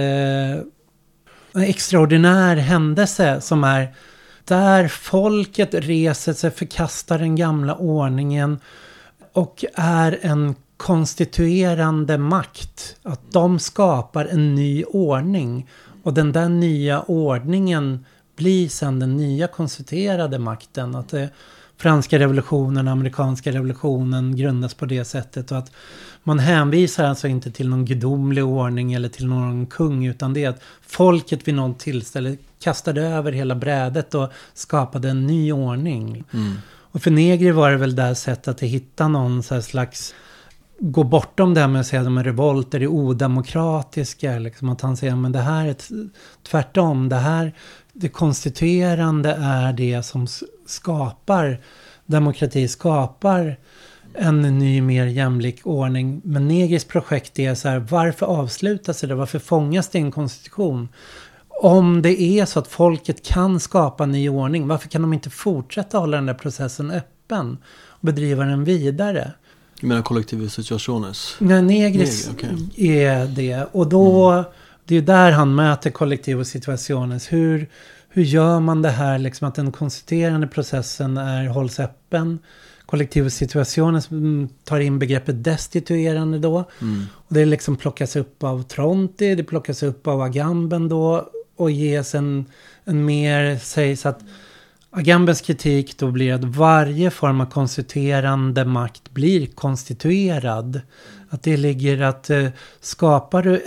extraordinär händelse, som är där folket reser sig, förkastar den gamla ordningen och är en konstituerande makt. Att de skapar en ny ordning, och den där nya ordningen blir sedan den nya konstituerade makten. Att franska revolutionen, amerikanska revolutionen grundas på det sättet, och att man hänvisar alltså inte till någon gudomlig ordning eller till någon kung, utan det är att folket vid något tillfälle kastade över hela brädet och skapade en ny ordning. Och för Negri var det väl där sätt att hitta någon så här slags, gå bortom det här med att säga att de är revolter är odemokratiska, liksom att han säger men det här är tvärtom, det konstituerande är det som skapar demokrati, skapar en ny mer jämlik ordning. Men Negris projekt är så här, varför avslutas det? Varför fångas det i en konstitution? Om det är så att folket kan skapa en ny ordning, varför kan de inte fortsätta hålla den där processen öppen och bedriva den vidare? Du menar kollektiva situationer? Nej, Negris är det. Och då, det är där han möter kollektiva situationer. Hur gör man det här, liksom att den konstituerande processen hålls öppen? Kollektiva situationer tar in begreppet destituerande då. Och det liksom plockas upp av Tronti, det plockas upp av Agamben då, och ges en mer, sägs att Agambens kritik då blir att varje form av konstituerande makt blir konstituerad. Att det ligger att skapar du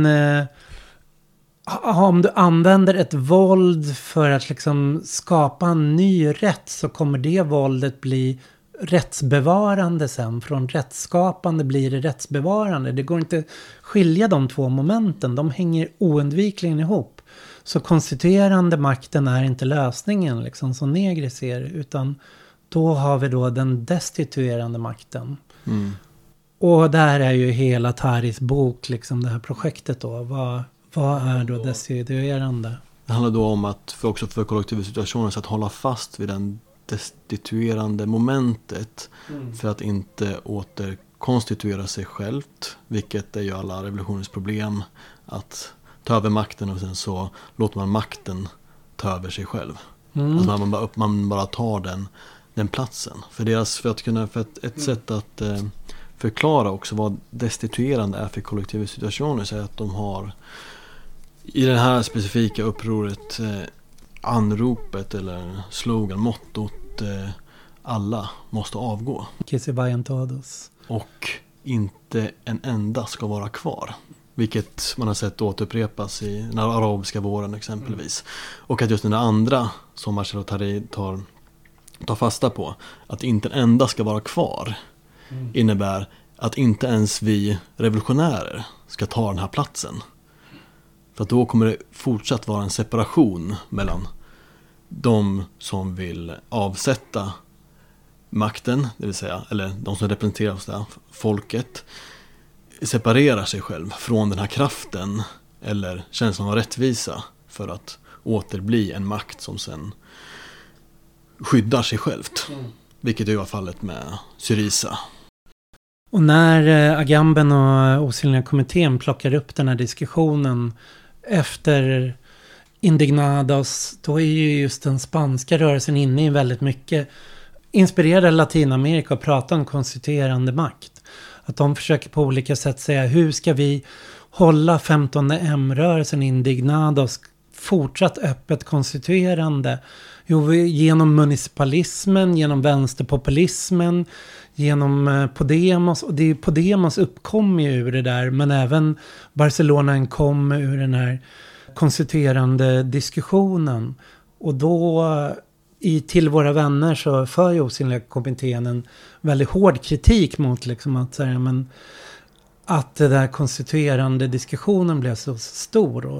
om du använder ett våld för att liksom skapa en ny rätt, så kommer det våldet bli rättsbevarande sen. Från rättsskapande blir det rättsbevarande. Det går inte skilja de två momenten. De hänger oundvikligen ihop. Så konstituerande makten är inte lösningen liksom, som Negri ser, utan då har vi då den destituerande makten. Och där är ju hela Taris bok, liksom det här projektet då. Vad är då destituerande? Det handlar då om att också för kollektiva situationer så att hålla fast vid den destituerande momentet för att inte återkonstituera sig självt, vilket är ju alla revolutionens problem, att ta över makten och sen så låter man makten ta över sig själv. Alltså man bara tar den platsen. För ett sätt att förklara också vad destituerande är för kollektiva situationer, så är att de har i det här specifika upproret anropet eller slogan, mottot alla måste avgå. Och inte en enda ska vara kvar. Vilket man har sett återupprepas i den arabiska våren exempelvis. Och att just den andra som Marcello Tari tar fasta på, att inte en enda ska vara kvar, innebär att inte ens vi revolutionärer ska ta den här platsen. För att då kommer det fortsatt vara en separation mellan de som vill avsätta makten, det vill säga, eller de som representerar så folket, separerar sig själv från den här kraften eller känslan av rättvisa för att återbli en makt som sen skyddar sig självt. Vilket är fallet med Syriza. Och när Agamben och Osynliga kommittén plockar upp den här diskussionen efter Indignados, då är ju just den spanska rörelsen inne i väldigt mycket inspirerade Latinamerika att prata om konstituerande makt. Att de försöker på olika sätt säga, hur ska vi hålla 15:e M-rörelsen Indignados fortsatt öppet konstituerande? Jo, genom municipalismen, genom vänsterpopulismen, genom Podemos. Och det är Podemos uppkom ju ur det där, men även Barcelona kom ur den här konstituerande diskussionen. Och då till våra vänner så för ju Osynliga kommittén en väldigt hård kritik mot liksom att säga, men att det där konstituerande diskussionen blev så stor.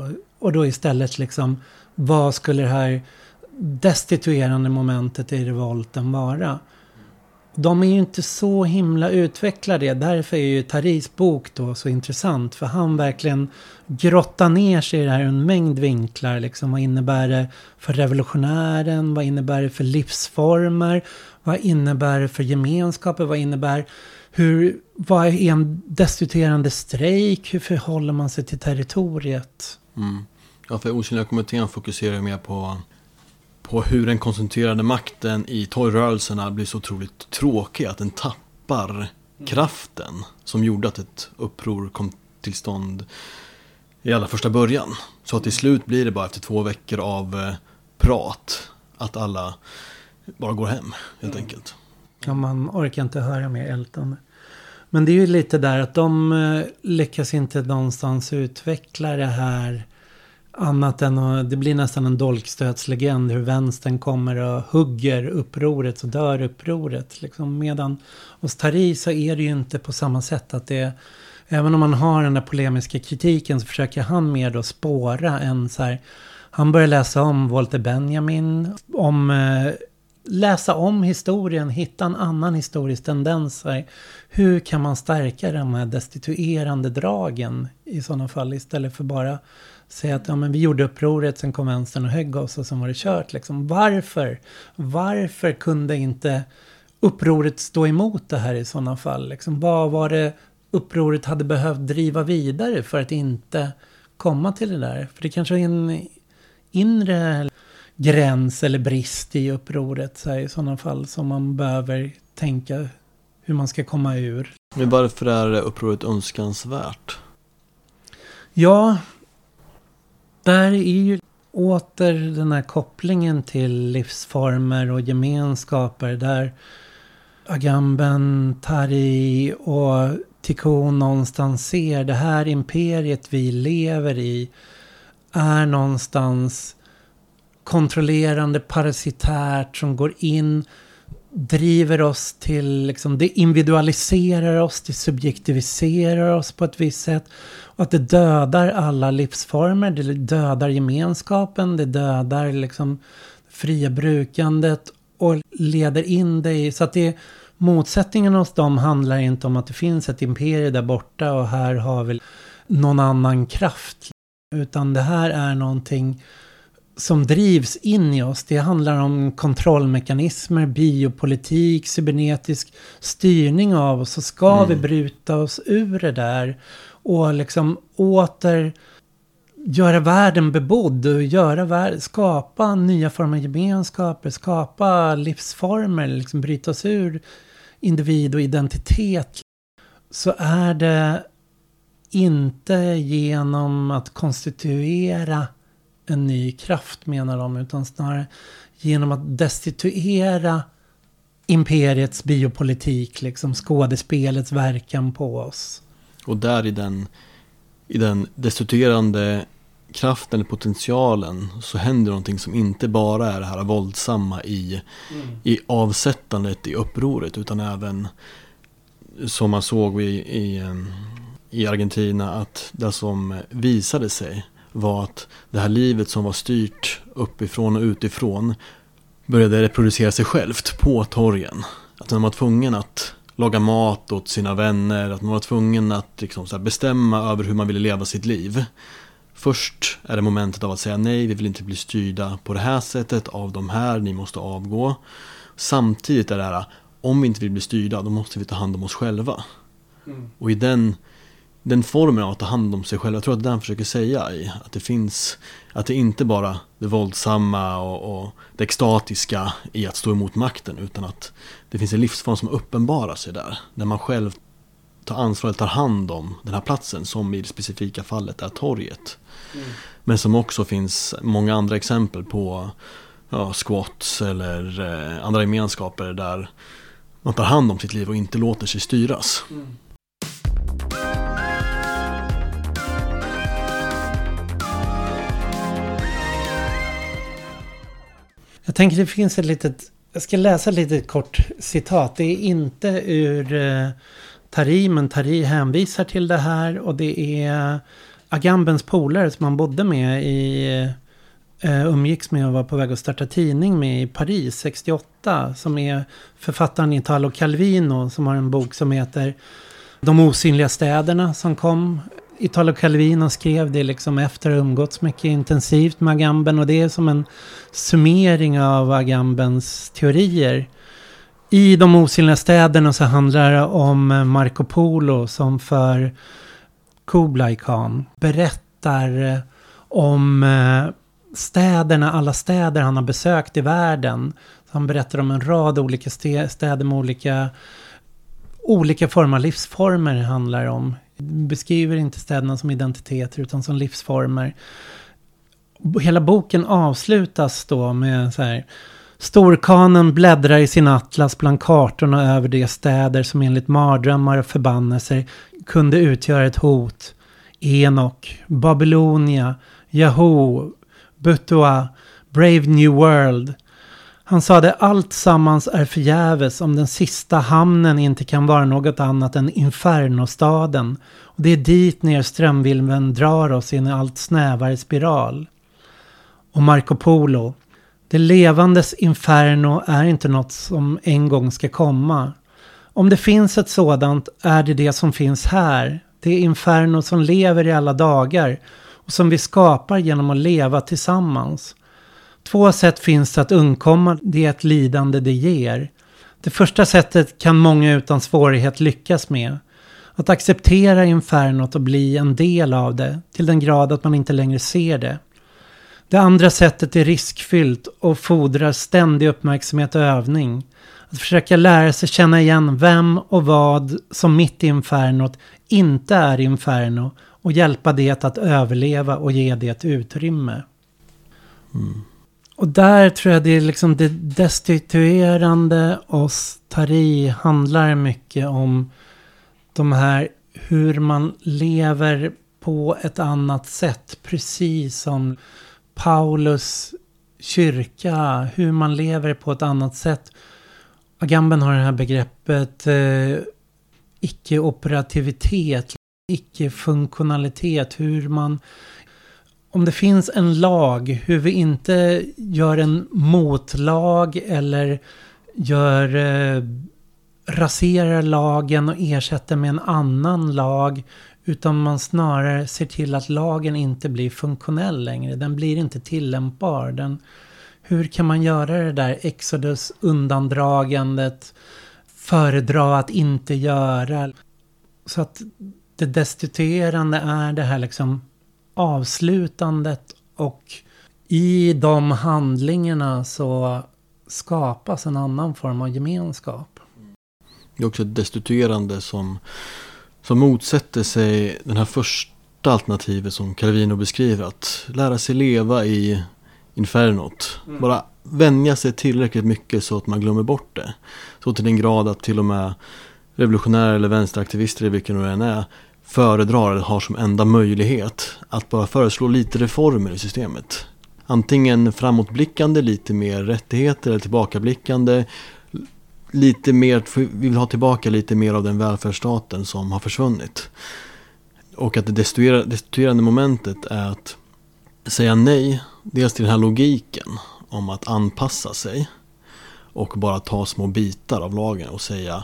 Och då istället liksom, vad skulle det här destituerande momentet i revolten vara? De är ju inte så himla utvecklade. Därför är ju Taris bok då så intressant. För han verkligen grottar ner sig i det här en mängd vinklar. Liksom, vad innebär det för revolutionären? Vad innebär det för livsformer? Vad innebär det för gemenskaper? Vad är en destituerande strejk? Hur förhåller man sig till territoriet? Ja, för Osynliga kommittén fokuserar mer på hur den koncentrerade makten i torgrörelserna blir så otroligt tråkig att den tappar kraften som gjorde att ett uppror kom till stånd i allra första början. Så att till slut blir det bara efter 2 veckor av prat att alla bara går hem helt enkelt. Ja, man orkar inte höra mer ältande. Men det är ju lite där att de lyckas inte någonstans utveckla det här annat än att det blir nästan en dolkstötslegend hur vänstern kommer och hugger upproret och dör upproret. Liksom. Medan hos Tari så är det ju inte på samma sätt att det, även om man har den där polemiska kritiken så försöker han mer då spåra en så här, han börjar läsa om Walter Benjamin, läsa om historien, hitta en annan historisk tendens. Hur kan man stärka de här destituerande dragen i sådana fall istället för bara säga att men vi gjorde upproret, sen kom vänstern och högg oss och sen var det kört. Liksom. Varför kunde inte upproret stå emot det här i sådana fall? Liksom, vad var det upproret hade behövt driva vidare för att inte komma till det där? För det kanske är en inre gräns eller brist i upproret så här, i sådana fall som man behöver tänka hur man ska komma ur. Men varför är upproret önskansvärt? Ja, där är ju åter den här kopplingen till livsformer och gemenskaper där Agamben, Tari och Tikkun någonstans ser det här imperiet vi lever i är någonstans kontrollerande, parasitärt som går in, driver oss till, liksom, det individualiserar oss, det subjektiviserar oss på ett visst sätt och att det dödar alla livsformer, det dödar gemenskapen, det dödar liksom fria brukandet och leder in dig så att det motsättningen hos dem handlar inte om att det finns ett imperium där borta och här har vi någon annan kraft, utan det här är någonting som drivs in i oss. Det handlar om kontrollmekanismer, biopolitik, cybernetisk styrning av oss. Så ska vi bryta oss ur det där och liksom åter göra världen bebodd och skapa nya former av gemenskaper, skapa livsformer, liksom bryta oss ur individ och identitet, så är det inte genom att konstituera en ny kraft, menar de, utan snarare genom att destituera imperiets biopolitik, liksom skådespelets verkan på oss. Och där i den destituerande kraften, eller potentialen, så händer någonting som inte bara är det här våldsamma i avsättandet, i upproret, utan även som man såg i Argentina, att det som visade sig var att det här livet som var styrt uppifrån och utifrån började reproducera sig självt på torgen. Att man var tvungen att laga mat åt sina vänner, att man var tvungen att liksom så här bestämma över hur man ville leva sitt liv. Först är det momentet av att säga nej, vi vill inte bli styrda på det här sättet av de här, ni måste avgå. Samtidigt är det här, om vi inte vill bli styrda, då måste vi ta hand om oss själva. Och i den formen av att ta hand om sig själv, jag tror att den försöker säga att det finns, att det inte bara det våldsamma och det extatiska i att stå emot makten, utan att det finns en livsform som uppenbarar sig där man själv tar ansvar, tar hand om den här platsen, som i det specifika fallet är torget. Men som också finns många andra exempel på squats eller andra gemenskaper där man tar hand om sitt liv och inte låter sig styras. Jag tänker det finns jag ska läsa ett litet kort citat. Det är inte ur Tari, men Tari hänvisar till det här, och det är Agambens polare som han bodde med umgicks med och var på väg att starta tidning med i Paris 68, som är författaren Italo Calvino, som har en bok som heter De osynliga städerna, som kom. Italo Calvino skrev det liksom efter att ha umgåtts mycket intensivt med Agamben, och det är som en summering av Agambens teorier. I De osynliga städerna så handlar det om Marco Polo som för Kublai Khan berättar om städerna, alla städer han har besökt i världen. Han berättar om en rad olika städer med olika former av livsformer det handlar om. Beskriver inte städerna som identiteter utan som livsformer. Hela boken avslutas då med så här: Storkanen bläddrar i sin atlas bland kartorna över de städer som enligt mardrömmar och förbannelser kunde utgöra ett hot. Enok, Babylonia, Yahoo, Butua, Brave New World. Han sade allt sammans är förgäves om den sista hamnen inte kan vara något annat än infernostaden. Och det är dit ner strömvilven drar oss i en allt snävare spiral. Och Marco Polo: det levandes inferno är inte något som en gång ska komma. Om det finns ett sådant är det som finns här. Det är inferno som lever i alla dagar och som vi skapar genom att leva tillsammans. 2 sätt finns att undkomma det lidande det ger. Det första sättet kan många utan svårighet lyckas med. Att acceptera infernot och bli en del av det till den grad att man inte längre ser det. Det andra sättet är riskfyllt och fordrar ständig uppmärksamhet och övning. Att försöka lära sig känna igen vem och vad som mitt i infernot inte är inferno och hjälpa det att överleva och ge det ett utrymme. Och där tror jag det är liksom det destituerande oss Tari handlar mycket om de här hur man lever på ett annat sätt, precis som Paulus kyrka, hur man lever på ett annat sätt. Agamben har det här begreppet icke-operativitet, icke-funktionalitet, hur man, om det finns en lag, hur vi inte gör en motlag eller raserar lagen och ersätter med en annan lag, utan man snarare ser till att lagen inte blir funktionell längre. Den blir inte tillämpbar. Hur kan man göra det där exodus, undandragandet, föredra att inte göra? Så att det destituerande är det här liksom avslutandet, och i de handlingarna så skapas en annan form av gemenskap. Det är också ett destituerande som motsätter sig den här första alternativet som Calvino beskriver, att lära sig leva i infernot. Bara vänja sig tillräckligt mycket så att man glömmer bort det. Så till den grad att till och med revolutionära eller vänsteraktivister, i vilken det än är, föredrar eller har som enda möjlighet att bara föreslå lite reformer i systemet. Antingen framåtblickande, lite mer rättigheter, eller tillbakablickande, lite mer, vi vill ha tillbaka lite mer av den välfärdsstaten som har försvunnit. Och att det destituerande momentet är att säga nej, dels till den här logiken om att anpassa sig och bara ta små bitar av lagen och säga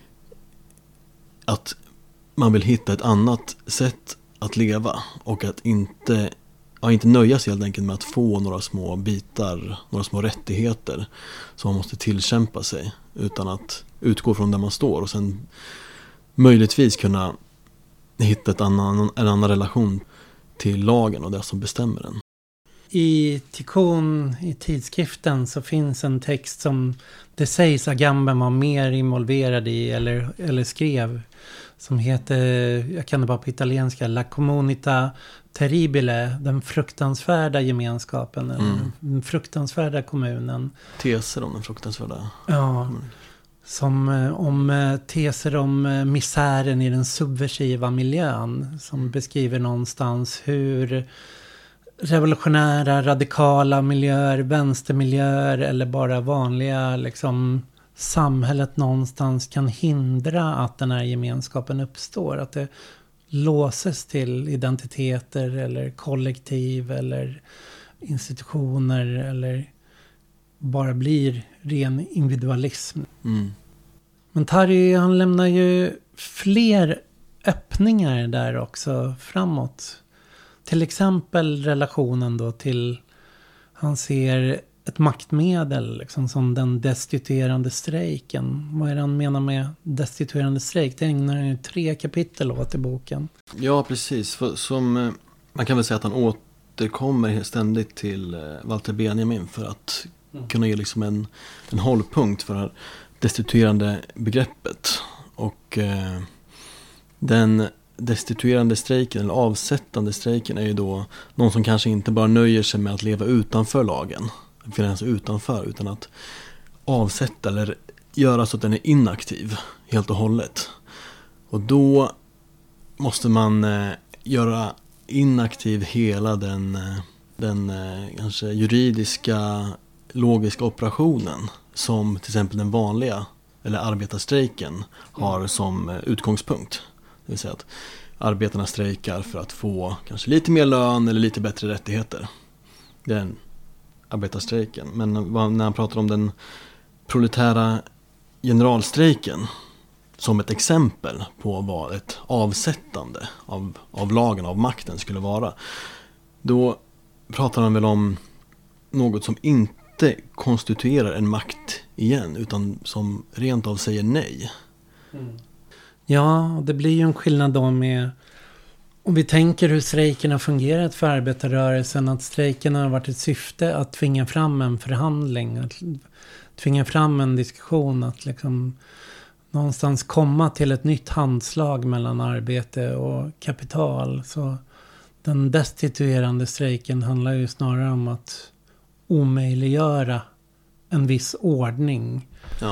att man vill hitta ett annat sätt att leva, och att inte nöja sig helt enkelt med att få några små bitar, några små rättigheter som man måste tillkämpa sig, utan att utgå från där man står och sen möjligtvis kunna hitta en annan relation till lagen och det som bestämmer den. I Tikkun, i tidskriften, så finns en text som det sägs Agamben var mer involverad i eller skrev, som heter, jag kan det bara på italienska, La Comunità Terribile, den fruktansvärda gemenskapen, den fruktansvärda kommunen. Teser om den fruktansvärda. Ja, som om teser om misären i den subversiva miljön, som beskriver någonstans hur revolutionära, radikala miljöer, vänstermiljöer eller bara vanliga liksom samhället någonstans kan hindra att den här gemenskapen uppstår. Att det låses till identiteter eller kollektiv eller institutioner eller bara blir ren individualism. Men Tarry, han lämnar ju fler öppningar där också framåt. Till exempel relationen då till, han ser ett maktmedel liksom, som den destituerande strejken. Vad är det han menar med destituerande strejk? Det ägnar han ju 3 kapitel åt i boken. Ja, precis. Som, man kan väl säga att han återkommer ständigt till Walter Benjamin för att kunna ge liksom en hållpunkt för det här destituerande begreppet. Och den destituerande strejken eller avsättande strejken är ju då någon som kanske inte bara nöjer sig med att leva utanför lagen, finnas utanför, utan att avsätta eller göra så att den är inaktiv helt och hållet. Och då måste man göra inaktiv hela den kanske juridiska logiska operationen som till exempel den vanliga eller arbetarstrejken har som utgångspunkt. Det vill säga att arbetarna strejkar för att få kanske lite mer lön eller lite bättre rättigheter. Det är den arbetarstrejken. Men när han pratar om den proletära generalstrejken som ett exempel på vad ett avsättande av lagen, av makten skulle vara, då pratar han väl om något som inte konstituerar en makt igen, utan som rent av säger nej. Ja, det blir ju en skillnad då med, om vi tänker hur strejken har fungerat för arbetarrörelsen, att strejken har varit ett syfte att tvinga fram en förhandling, att tvinga fram en diskussion, att liksom någonstans komma till ett nytt handslag mellan arbete och kapital. Så den destituerande strejken handlar ju snarare om att omöjliggöra en viss ordning. Ja.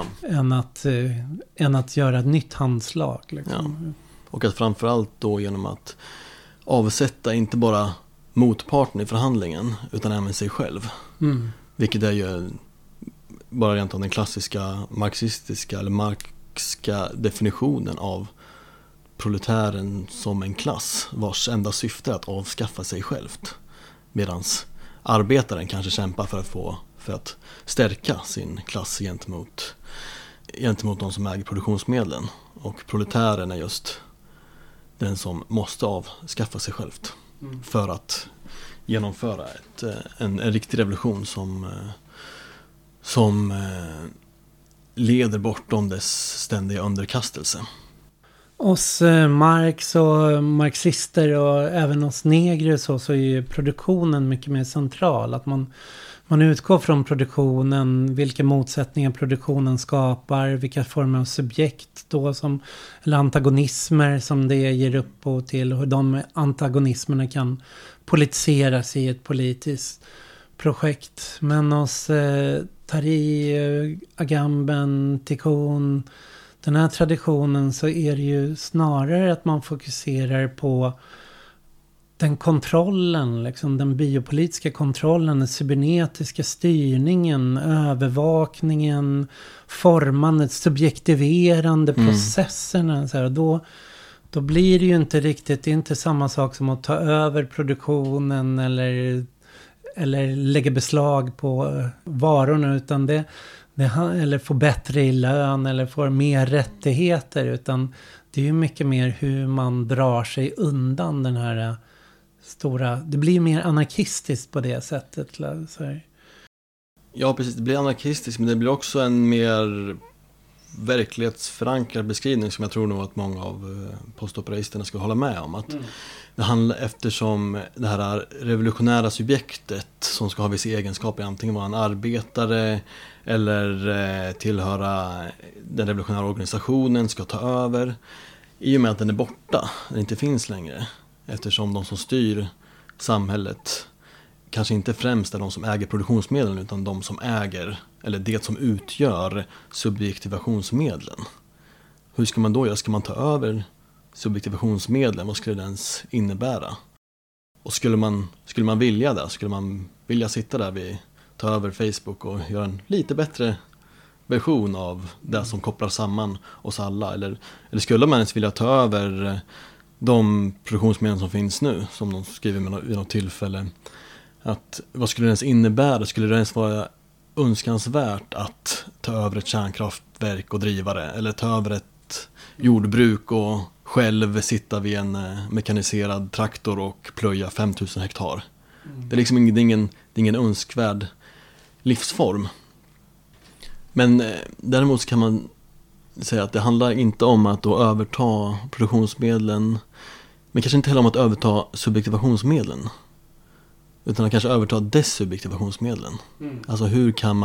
än att göra ett nytt handslag. Liksom. Ja. Och att framförallt då genom att avsätta inte bara motparten i förhandlingen utan även sig själv. Vilket är ju bara rent av den klassiska marxistiska eller marxska definitionen av proletären som en klass vars enda syfte är att avskaffa sig självt. Medans arbetaren kanske kämpar för att stärka sin klass gentemot de som äger produktionsmedlen. Och proletären är just den som måste avskaffa sig självt för att genomföra en riktig revolution som leder bortom dess ständiga underkastelse. Oss Marx och marxister och även oss negrer så är ju produktionen mycket mer central. Att man utgår från produktionen, vilka motsättningar produktionen skapar, vilka former av subjekt då eller antagonismer som det ger upphov till, och hur de antagonismerna kan politiseras i ett politiskt projekt. Men hos Tarry, Agamben, Tikhon, den här traditionen, så är det ju snarare att man fokuserar på den kontrollen, liksom den biopolitiska kontrollen, den cybernetiska styrningen, övervakningen, formandet, subjektiverande processerna. Så här, då blir det ju inte riktigt, det är inte samma sak som att ta över produktionen eller lägga beslag på varorna, utan eller få bättre i lön eller få mer rättigheter, utan det är ju mycket mer hur man drar sig undan den här stora, det blir mer anarkistiskt på det sättet. Så här. Ja, precis, det blir anarkistiskt, men det blir också en mer verklighetsförankrad beskrivning som jag tror nog att många av postoperaisterna ska hålla med om. Att det handlar, eftersom det här revolutionära subjektet som ska ha vissa egenskaper, antingen vara en arbetare eller tillhöra den revolutionära organisationen, ska ta över. I och med att den är borta, den inte finns längre. Eftersom de som styr samhället kanske inte främst är de som äger produktionsmedlen, utan de som äger, eller det som utgör subjektivationsmedlen. Hur ska man då göra? Ska man ta över subjektivationsmedlen? Vad skulle det ens innebära? Och skulle man vilja det? Skulle man vilja sitta där ta över Facebook och göra en lite bättre version av det som kopplar samman oss alla? Eller skulle man ens vilja ta över de produktionsmedel som finns nu, som de skriver vid något tillfälle, att vad skulle det ens innebära? Skulle det ens vara önskansvärt att ta över ett kärnkraftverk och driva det, eller ta över ett jordbruk och själv sitta vid en mekaniserad traktor och plöja 5000 hektar? Det är liksom ingen önskvärd livsform. Men däremot kan man säga att det handlar inte om att då överta produktionsmedlen, men kanske inte heller om att överta subjektivationsmedlen, utan att kanske överta desubjektivationsmedlen. Alltså hur kan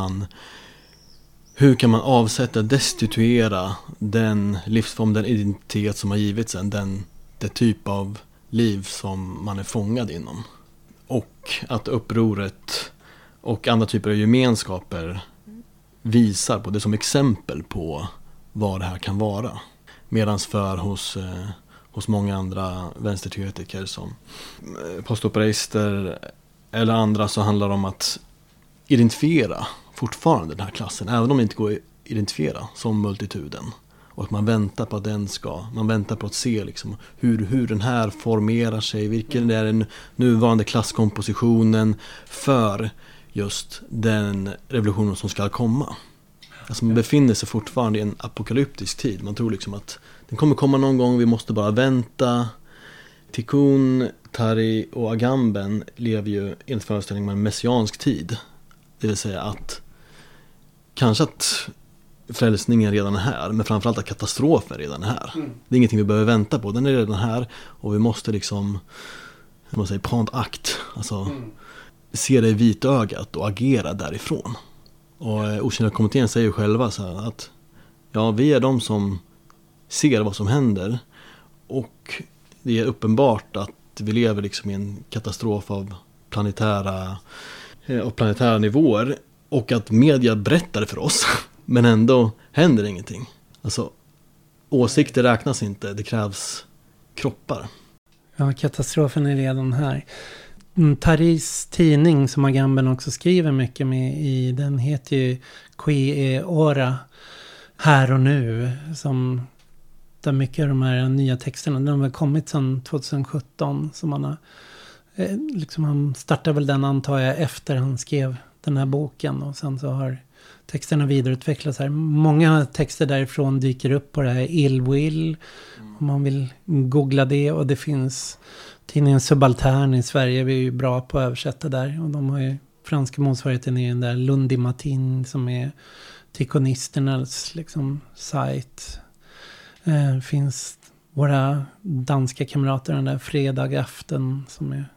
man avsätta, destituera den livsform, den identitet som har givits en, det typ av liv som man är fångad inom. Och att upproret och andra typer av gemenskaper visar på det som exempel på vad det här kan vara. Medans hos många andra vänsterteoretiker som postoperaister eller andra så handlar det om att identifiera fortfarande den här klassen, även om det inte går att identifiera som multituden. Och att man väntar på att man väntar på att se liksom hur den här formerar sig, vilken är den nuvarande klasskompositionen för just den revolutionen som ska komma. Alltså man befinner sig fortfarande i en apokalyptisk tid. Man tror liksom att den kommer komma någon gång, vi måste bara vänta. Tikkun, Tari och Agamben lever ju enligt föreställningen med en messiansk tid. Det vill säga att kanske att frälsningen redan är här, men framförallt att katastrofen redan är här. Det är ingenting vi behöver vänta på, den är redan här och vi måste liksom, man säger prendre acte, alltså se det i vitögat och agera därifrån. Och Osynlighetskommittén säger ju själva så här att ja, vi är de som ser vad som händer, och det är uppenbart att vi lever liksom i en katastrof av planetära nivåer, och att media berättar det för oss men ändå händer ingenting. Alltså åsikter räknas inte, det krävs kroppar. Ja, katastrofen är redan här. Taris tidning som Agamben också skriver mycket med i, den heter ju Qui e ora, här och nu, som där mycket av de här nya texterna, de har kommit sedan 2017, som man har liksom, han startade väl den, antar jag, efter han skrev den här boken, och sen så har texterna vidareutvecklats här. Många texter därifrån dyker upp på det här Illwill, om man vill googla det, och det finns tidningen Subaltern i Sverige, vi är ju bra på att översätta där, och de har ju franska motsvarigheten i den där Lundi Matin som är tikkonisternas liksom sajt. Finns våra danska kamrater, den där Fredag afton som är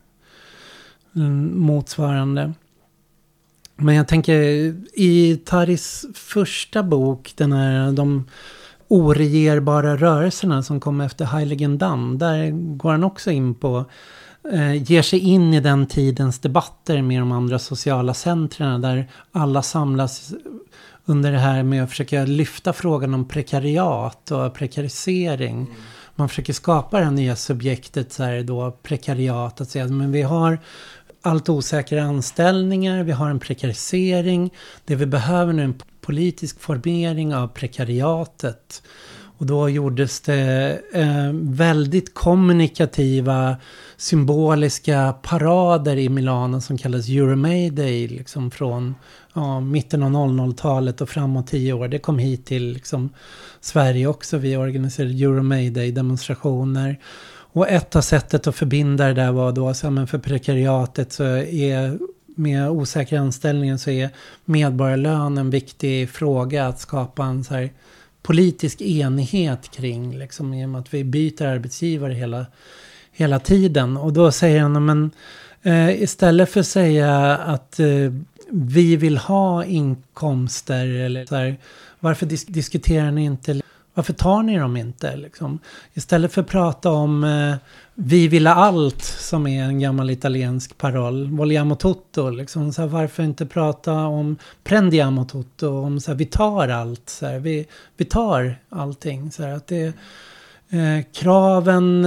motsvarande. Men jag tänker i Taris första bok, den här de oregerbara rörelserna som kom efter Heiligendamm, där går han också in på, ger sig in i den tidens debatter med de andra sociala centrarna, där alla samlas under det här med att försöka lyfta frågan om prekariat och prekarisering. Man försöker skapa det här nya subjektet, så här då, prekariat, att säga, men vi har allt osäkra anställningar, vi har en prekarisering, det vi behöver nu är en politisk formering av prekariatet. Och då gjordes det väldigt kommunikativa, symboliska parader i Milano som kallas Euromaiday, liksom från mitten av 00-talet och framåt 10 år. Det kom hit till liksom Sverige också. Vi organiserade Euromaiday-demonstrationer. Och ett av sättet att förbinda det där var då, så men för prekariatet så är, med osäkra anställningar, så är medborgarlön en viktig fråga att skapa en så här politisk enighet kring, liksom, i och med att vi byter arbetsgivare hela tiden. Och då säger han, men istället för att säga att vi vill ha inkomster, eller så här, varför diskuterar ni inte, varför tar ni dem inte? Liksom? Istället för att prata om vi vill ha allt, som är en gammal italiensk paroll, vogliamo tutto, liksom, så här, varför inte prata om prendiamo tutto, om så här, vi tar allt, så här, vi tar allting, så här, att det kraven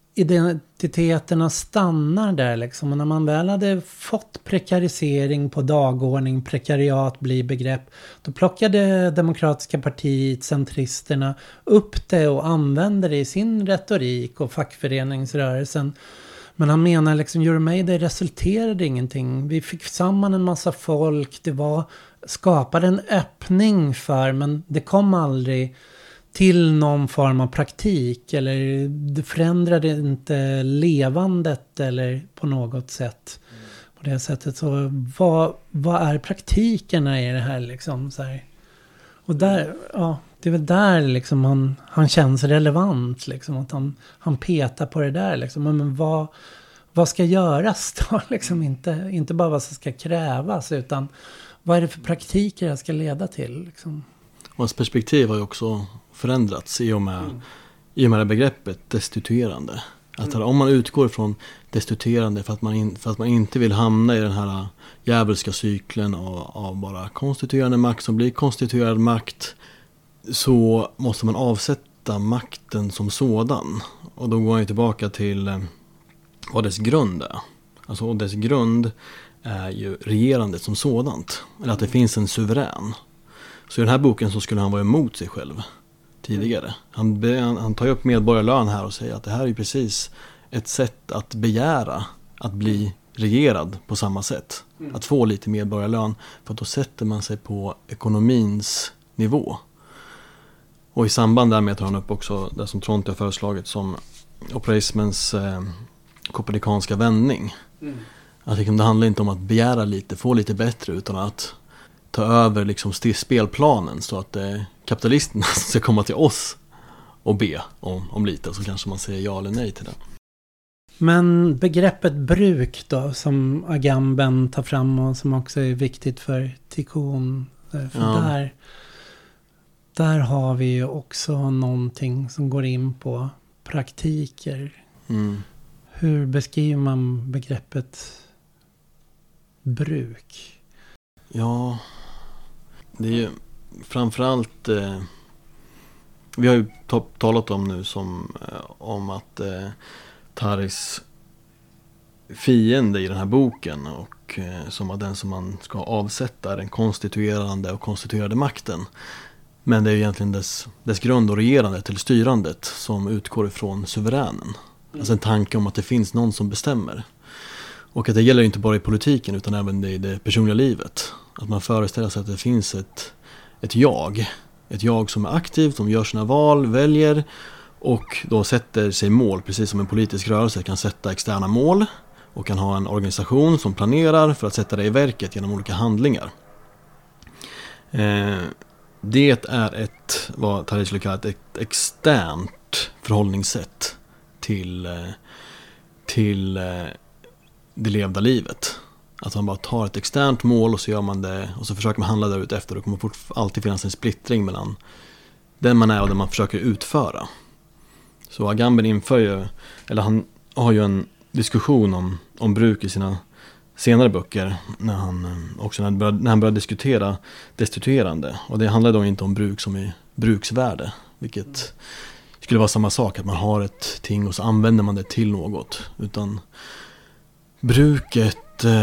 identiteterna stannar där liksom. Och när man väl hade fått prekarisering på dagordning, prekariat blir begrepp, då plockade Demokratiska partiet, centristerna upp det och använde det i sin retorik och fackföreningsrörelsen. Men han menar liksom, Euromaiday resulterade ingenting. Vi fick samman en massa folk, skapade en öppning för, men det kom aldrig till någon form av praktik, eller det förändrade inte levandet eller på något sätt. På det sättet, så vad är praktikerna i det här liksom så här? Och där, ja, det är väl där liksom han känns relevant liksom, att han petar på det där liksom. Men vad ska göras då liksom, inte bara vad som ska krävas, utan vad är det för praktiker jag ska leda till liksom? Och hans perspektiv har ju också förändrats i och med det begreppet destituerande. Att om man utgår från destituerande för att man inte vill hamna i den här djävulska cykeln av bara konstituerande makt som blir konstituerad makt, så måste man avsätta makten som sådan. Och då går jag tillbaka till vad dess grund är. Alltså, och dess grund är ju regerandet som sådant. Eller att det finns en suverän. Så i den här boken så skulle han vara emot sig själv tidigare. Han tar ju upp medborgarlön här och säger att det här är ju precis ett sätt att begära att bli regerad på samma sätt. Att få lite medborgarlön, för att då sätter man sig på ekonomins nivå. Och i samband därmed tar han upp också det som Tronti har föreslagit som operaismens kopernikanska vändning. Att det handlar inte om att begära lite, få lite bättre, utan att ta över liksom spelplanen så att kapitalisterna ska komma till oss och be om lite, så kanske man säger ja eller nej till det. Men begreppet bruk då, som Agamben tar fram och som också är viktigt för Tikkun, för där har vi ju också någonting som går in på praktiker. Hur beskriver man begreppet bruk? Ja, det är ju framförallt vi har ju talat om nu om att Taris fiende i den här boken och som den som man ska avsätta den konstituerande och konstituerade makten. Men det är ju egentligen dess grund och regerandet eller styrandet som utgår ifrån suveränen. Alltså en tanke om att det finns någon som bestämmer. Och att det gäller inte bara i politiken utan även i det personliga livet. Att man föreställer sig att det finns ett jag som är aktivt, som gör sina val, väljer och då sätter sig mål, precis som en politisk rörelse kan sätta externa mål och kan ha en organisation som planerar för att sätta det i verket genom olika handlingar. Det är vad Tari skulle kalla ett externt förhållningssätt till det levda livet. Att man bara tar ett externt mål och så gör man det och så försöker man handla där ute efter. Det kommer alltid finnas en splittring mellan den man är och den man försöker utföra. Så Agamben han har ju en diskussion om bruk i sina senare böcker när han börjar diskutera destituerande. Och det handlar då inte om bruk som är bruksvärde, vilket skulle vara samma sak, att man har ett ting och så använder man det till något. Utan bruket,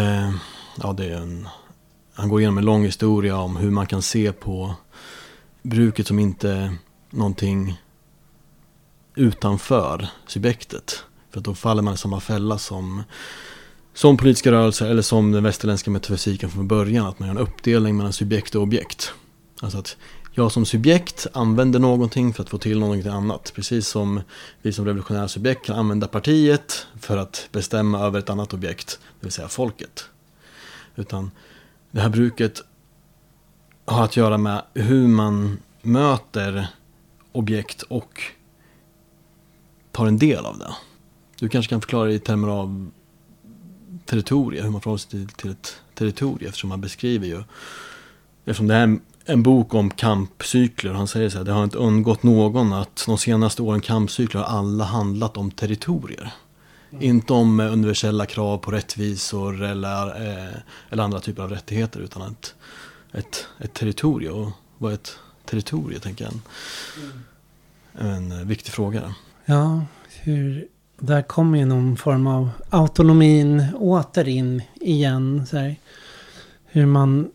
han går igenom en lång historia om hur man kan se på bruket som inte någonting utanför subjektet. För att då faller man i samma fälla som politiska rörelser eller som den västerländska metafysiken från början, att man gör en uppdelning mellan subjekt och objekt. Alltså att jag som subjekt använder någonting för att få till någonting annat. Precis som vi som revolutionära subjekt kan använda partiet för att bestämma över ett annat objekt, det vill säga folket. Utan det här bruket har att göra med hur man möter objekt och tar en del av det. Du kanske kan förklara i termer av territorium, hur man förhåller sig till ett territorium, eftersom man beskriver ju, eftersom det är en bok om kampcykler, han säger så här: det har inte undgått någon att de senaste åren kampcykler har alla handlat om territorier. Inte om universella krav på rättvisor eller andra typer av rättigheter, utan ett territorium. Och vad är ett territorium, tänker jag, en viktig fråga. Ja, hur Där kommer ju någon form av autonomin åter in igen. Så här, hur man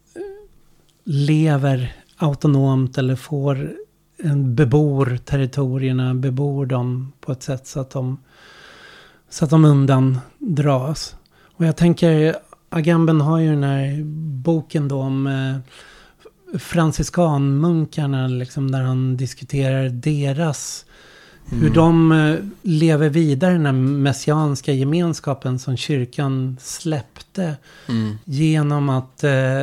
lever autonomt eller bebor territorierna, bebor dem på ett sätt så att de undandras. Och jag tänker, Agamben har ju den här boken då om franciskanmunkarna, liksom, där han diskuterar hur de lever vidare, den här messianska gemenskapen som kyrkan släppte genom att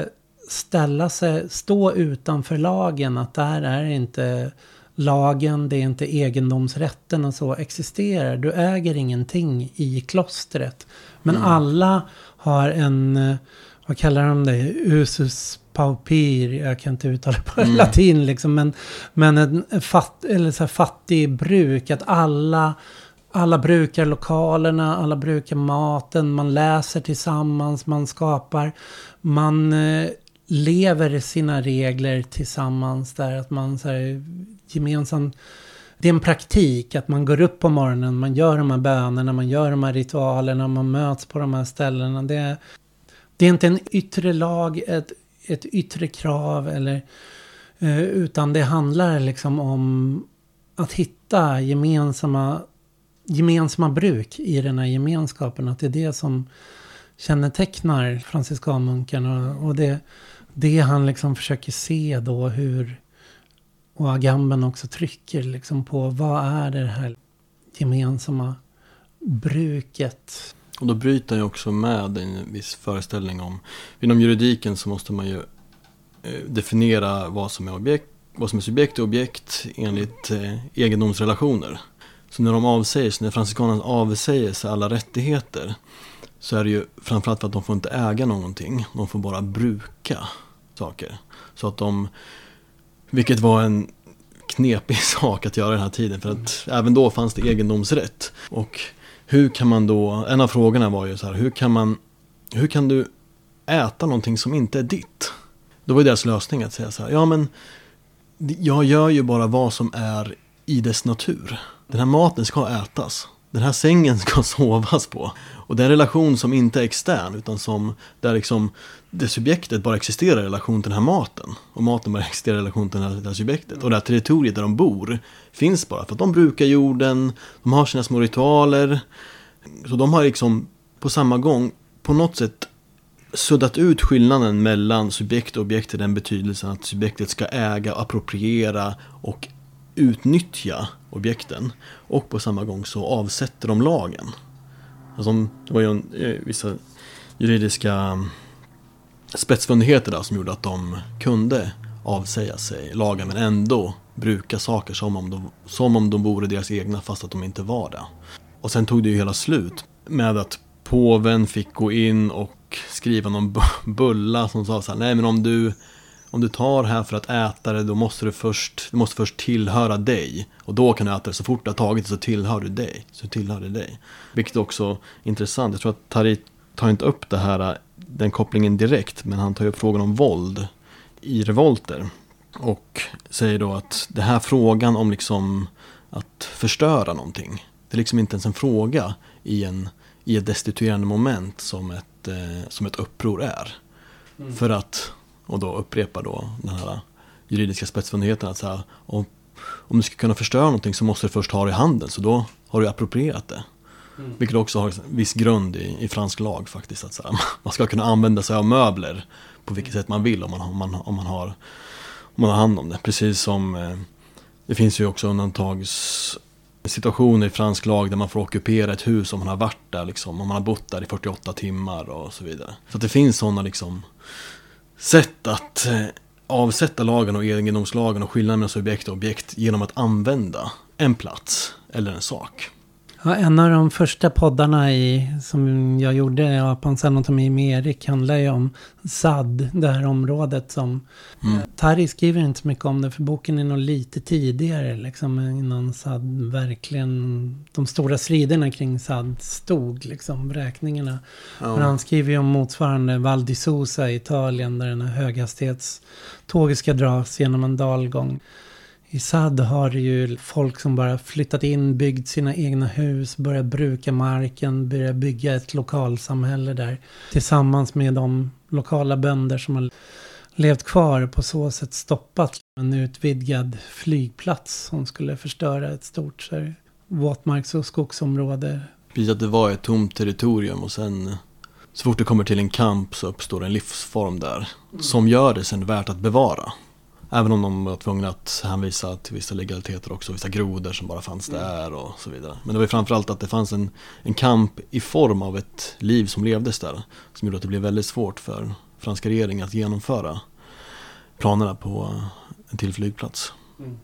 stå utanför lagen, att där är inte lagen, det är inte egendomsrätten och så existerar. Du äger ingenting i klostret. Men alla har en, vad kallar de det? Usus paupir, jag kan inte uttala på latin liksom, men en fattig bruk, att alla brukar lokalerna, alla brukar maten, man läser tillsammans, man skapar, man lever sina regler tillsammans där, att man så här, gemensamt, det är en praktik att man går upp på morgonen, man gör de här bönerna, man gör de här ritualerna, man möts på de här ställena. Det är inte en yttre lag, ett yttre krav eller utan det handlar liksom om att hitta gemensamma bruk i den här gemenskapen, att det är det som kännetecknar franciskanmunkarna, och det han liksom försöker se då, hur, och Agamben också trycker liksom på, vad är det här gemensamma bruket. Och då bryter jag också med en viss föreställning om, inom juridiken så måste man ju definiera vad som är subjekt och objekt enligt egendomsrelationer. Så när franciskanerna avsäger sig alla rättigheter, så är det ju framförallt för att de får inte äga någonting, de får bara bruka saker. Så att vilket var en knepig sak att göra den här tiden, för att även då fanns det egendomsrätt. Och hur kan man då, en av frågorna var ju så här, hur kan du äta någonting som inte är ditt? Då var deras lösning att säga så här, ja men jag gör ju bara vad som är i dess natur. Den här maten ska ätas. Den här sängen ska sovas på. Och det är en relation som inte är extern, utan som där liksom det subjektet bara existerar i relation till den här maten. Och maten bara existerar i relation till det här subjektet. Och det här territoriet där de bor finns bara för att de brukar jorden, de har sina små ritualer. Så de har liksom på samma gång på något sätt suddat ut skillnaden mellan subjekt och objekt i den betydelsen att subjektet ska äga, appropriera och utnyttja objekten, och på samma gång så avsätter de lagen. Alltså, det var ju vissa juridiska spetsfundigheter där som gjorde att de kunde avsäga sig lagen men ändå bruka saker som om de vore deras egna, fast att de inte var det. Och sen tog det ju hela slut med att påven fick gå in och skriva någon bulla som sa så här: nej men om du tar här för att äta det, då måste det först tillhöra dig. Och då kan du äta det. Så fort du har tagit det så tillhör det dig. Vilket också är intressant. Jag tror att Tari tar inte upp den kopplingen direkt, men han tar upp frågan om våld i revolter. Och säger då att det här frågan om liksom att förstöra någonting, det är liksom inte ens en fråga i ett destituerande moment som ett uppror är. För att, och då upprepar då den här juridiska spetsfundigheten att så här, om du ska kunna förstöra någonting så måste du först ha det i handen, så då har du approprierat det. Vilket också har viss grund i fransk lag faktiskt, att så här, man ska kunna använda sig av möbler på vilket sätt man vill om man har hand om det. Precis som det finns ju också undantagssituationer i fransk lag där man får ockupera ett hus om man har varit där liksom, om man har bott där i 48 timmar och så vidare. Så att det finns sådana liksom sätt att avsätta lagen och egendomslagen och skillnaden mellan subjekt och objekt genom att använda en plats eller en sak. Ja, en av de första poddarna som jag gjorde Apans anatomi med Erik handlar ju om SAD, det här området som Tari skriver inte så mycket om det, för boken är nog lite tidigare liksom, innan SAD verkligen, de stora striderna kring SAD stod liksom, beräkningarna. Ja. Men han skriver ju om motsvarande Val di Susa i Italien, där den här höghastighetståget ska dras genom en dalgång I SAD har det ju folk som bara flyttat in, byggt sina egna hus, börjat bruka marken, börjat bygga ett lokalsamhälle där. Tillsammans med de lokala bönder som har levt kvar, på så sätt stoppat en utvidgad flygplats som skulle förstöra ett stort våtmarks- och skogsområde. Precis, att det var ett tomt territorium och sen så fort det kommer till en kamp så uppstår en livsform där som gör det sen värt att bevara. Även om de var tvungna att hänvisa till vissa legaliteter också, vissa grodor som bara fanns där och så vidare. Men det var ju framförallt att det fanns en kamp i form av ett liv som levdes där, som gjorde att det blev väldigt svårt för franska regeringen att genomföra planerna på en till flygplats. Mm.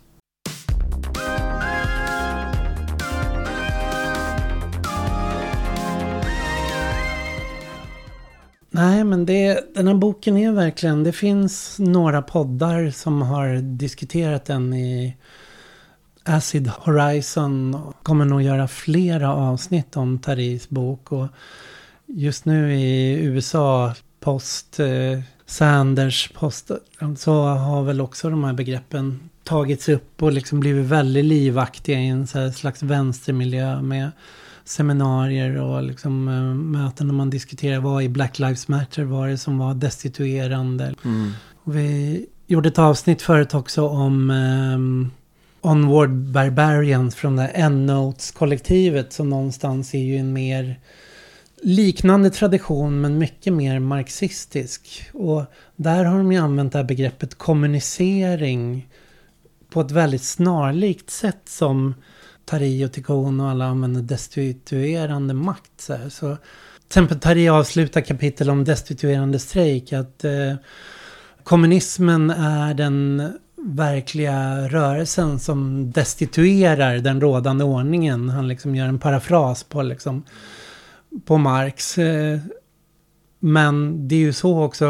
Nej, men den här boken är verkligen, det finns några poddar som har diskuterat den i Acid Horizon. Kommer nog göra flera avsnitt om Taris bok, och just nu i USA Sanders post, så har väl också de här begreppen tagits upp och liksom blivit väldigt livaktiga i en slags vänstermiljö med seminarier och liksom möten när man diskuterar vad i Black Lives Matter var det som var destituerande. Mm. Vi gjorde ett avsnitt förut också om Onward Barbarians från det Endnotes-kollektivet, som någonstans är ju en mer liknande tradition men mycket mer marxistisk. Och där har de ju använt det här begreppet kommunicering på ett väldigt snarlikt sätt som Tari och Tikkun och alla använder destituerande makt. Så till exempel Tari avslutar kapitel om destituerande strejk att kommunismen är den verkliga rörelsen som destituerar den rådande ordningen. Han liksom gör en parafras på Marx. Men det är ju så också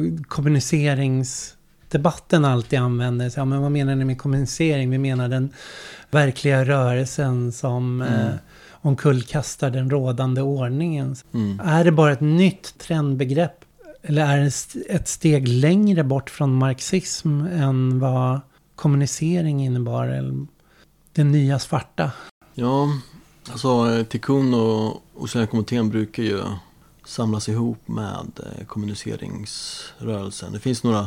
kommuniceringsdebatten alltid använder. Ja, men vad menar ni med kommunicering? Vi menar den verkliga rörelsen som omkullkastar den rådande ordningen. Mm. Är det bara ett nytt trendbegrepp? Eller är det ett steg längre bort från marxism än vad kommunicering innebar? Eller det nya svarta? Ja, alltså Tikkun och Oceankommittén brukar ju samlas ihop med kommuniceringsrörelsen. Det finns några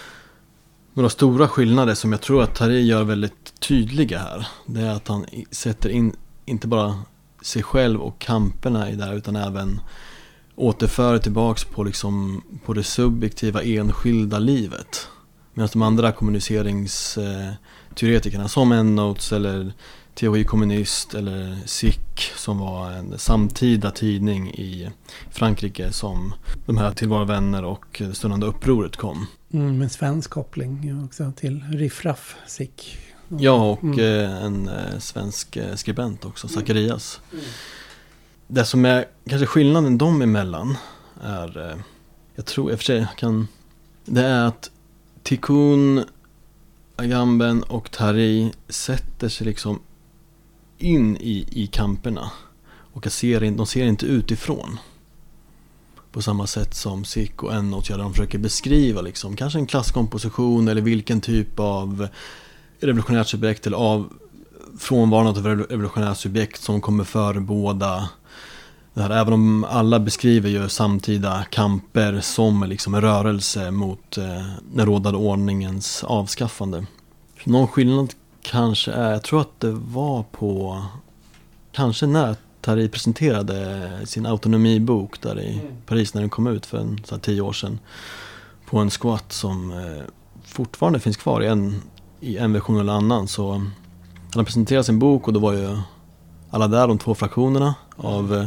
stora skillnader som jag tror att Tari gör väldigt tydliga här. Det är att han sätter in inte bara sig själv och kamperna i det, utan även återför tillbaks på det subjektiva enskilda livet. Medan de andra kommuniceringsteoretikerna som Endnotes eller Théorie Kommunist eller SIC, som var en samtida tidning i Frankrike som de här Till våra vänner och det stundande upproret kom. Med svensk koppling också till Riffraff SIC. Ja, och en svensk skribent också, Zacharias. Det som är kanske skillnaden dem emellan är, jag tror i och för sig det är att Tikkun, Agamben och Tari sätter sig in i kamperna och de ser inte utifrån på samma sätt som SIC och Endnotes gör. De försöker beskriva kanske en klasskomposition eller vilken typ av revolutionärt subjekt eller av frånvaron av revolutionärt subjekt som kommer för båda det här. Även om alla beskriver ju samtida kamper som en rörelse mot den rådande ordningens avskaffande. Någon skillnad kanske är, jag tror att det var kanske när Tari presenterade sin autonomibok där i Paris när den kom ut för 10 år sedan på en squat som fortfarande finns kvar i en version eller annan. Så han presenterade sin bok och då var ju alla där, de 2 fraktionerna av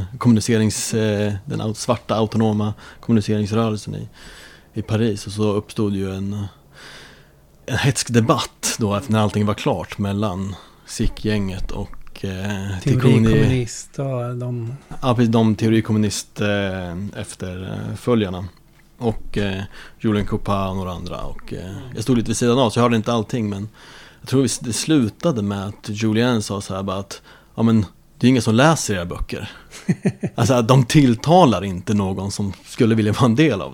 den svarta autonoma kommuniceringsrörelsen i Paris. Och så uppstod ju en hetsk debatt då efter när allting var klart mellan SIC-gänget och teorikommunist och de teorikommunist efterföljarna och Julien Coupa och några andra. Och jag stod lite vid sidan av så jag hörde inte allting, men jag tror det slutade med att Julien sa så här bara att ja, men det är ingen som läser era böcker. Alltså de tilltalar inte någon som skulle vilja vara en del av det.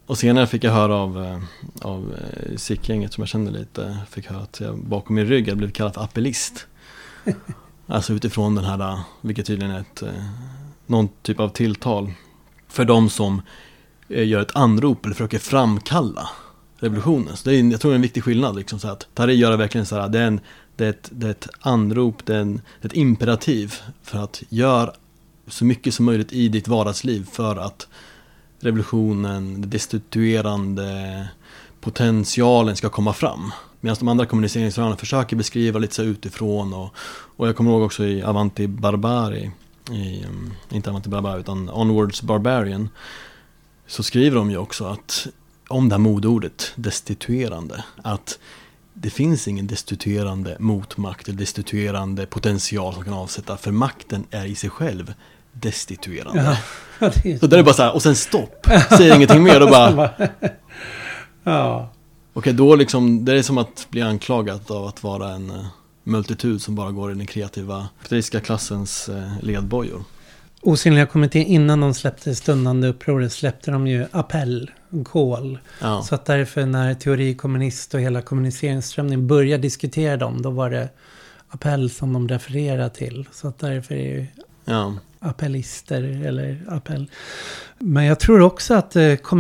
Och senare fick jag höra av SIK-gänget som jag kände lite, fick höra att jag bakom min rygg hade blivit kallad för appellist. Alltså utifrån den här, vilket tydligen är någon typ av tilltal för de som gör ett anrop eller försöker framkalla revolutionen. Så jag tror det är en viktig skillnad liksom, så att Tahrir gör det verkligen så här, det är ett anrop, det är ett imperativ för att göra så mycket som möjligt i ditt vardagsliv för att revolutionen, det destituerande potentialen ska komma fram. Medan de andra kommuniceringsrörelserna försöker beskriva lite så utifrån och jag kommer ihåg också i Avanti Barbari, inte Avanti Barbari utan Onwards Barbarian, så skriver de ju också att om det här modordet destituerande, att det finns ingen destituerande motmakt eller destituerande potential som kan avsätta, för makten är i sig själv destituerande. Ja, så där är det bara så här, och sen stopp, säger ingenting mer och bara ja. Okej, då liksom, det är som att bli anklagad av att vara en multitud som bara går i den kreativa kapitalistiska klassens ledbojor. Osynliga kommittén, innan de släppte stundande upproret, släppte de ju appell, kol. Ja. Så att därför när teori kommunist och hela kommuniceringsströmningen började diskutera dem, då var det appell som de refererade till. Så att därför är ju appellister eller appell. Men jag tror också att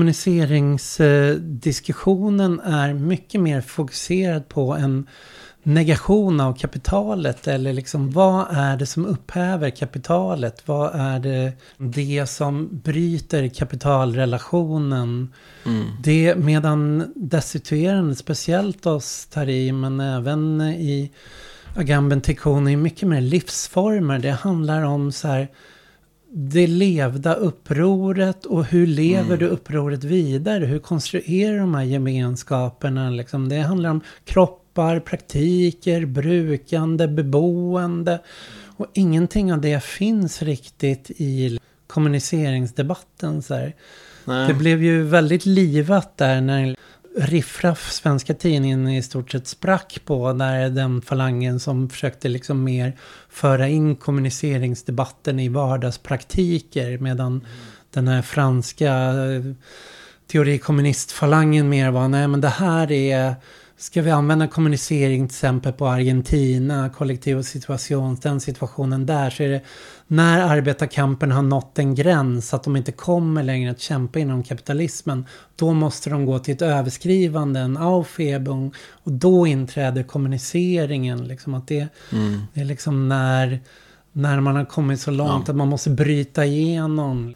kommuniceringsdiskussionen är mycket mer fokuserad på en negation av kapitalet, eller liksom vad är det som upphäver kapitalet, vad är det som bryter kapitalrelationen, det, medan destituerande, speciellt hos Tahrir men även i Agamben Tikkun, är mycket mer livsformer. Det handlar om så här, det levda upproret och hur lever du upproret vidare, hur konstruerar de här gemenskaperna liksom. Det handlar om kroppar, praktiker, brukande, beboende, och ingenting av det finns riktigt i kommuniceringsdebatten så här. Det blev ju väldigt livat där när Riffraff, svenska tidningen, i stort sett sprack på, där den falangen som försökte liksom mer föra in kommuniceringsdebatten i vardagspraktiker, medan den här franska teorikommunistfalangen mer var, nej men det här är, ska vi använda kommunicering till exempel på Argentina, kollektiv situation, den situationen där, så är det när arbetarkampen har nått en gräns att de inte kommer längre att kämpa inom kapitalismen, då måste de gå till ett överskrivande, en Aufhebung, och då inträder kommuniceringen liksom, att det är liksom när man har kommit så långt att man måste bryta igenom,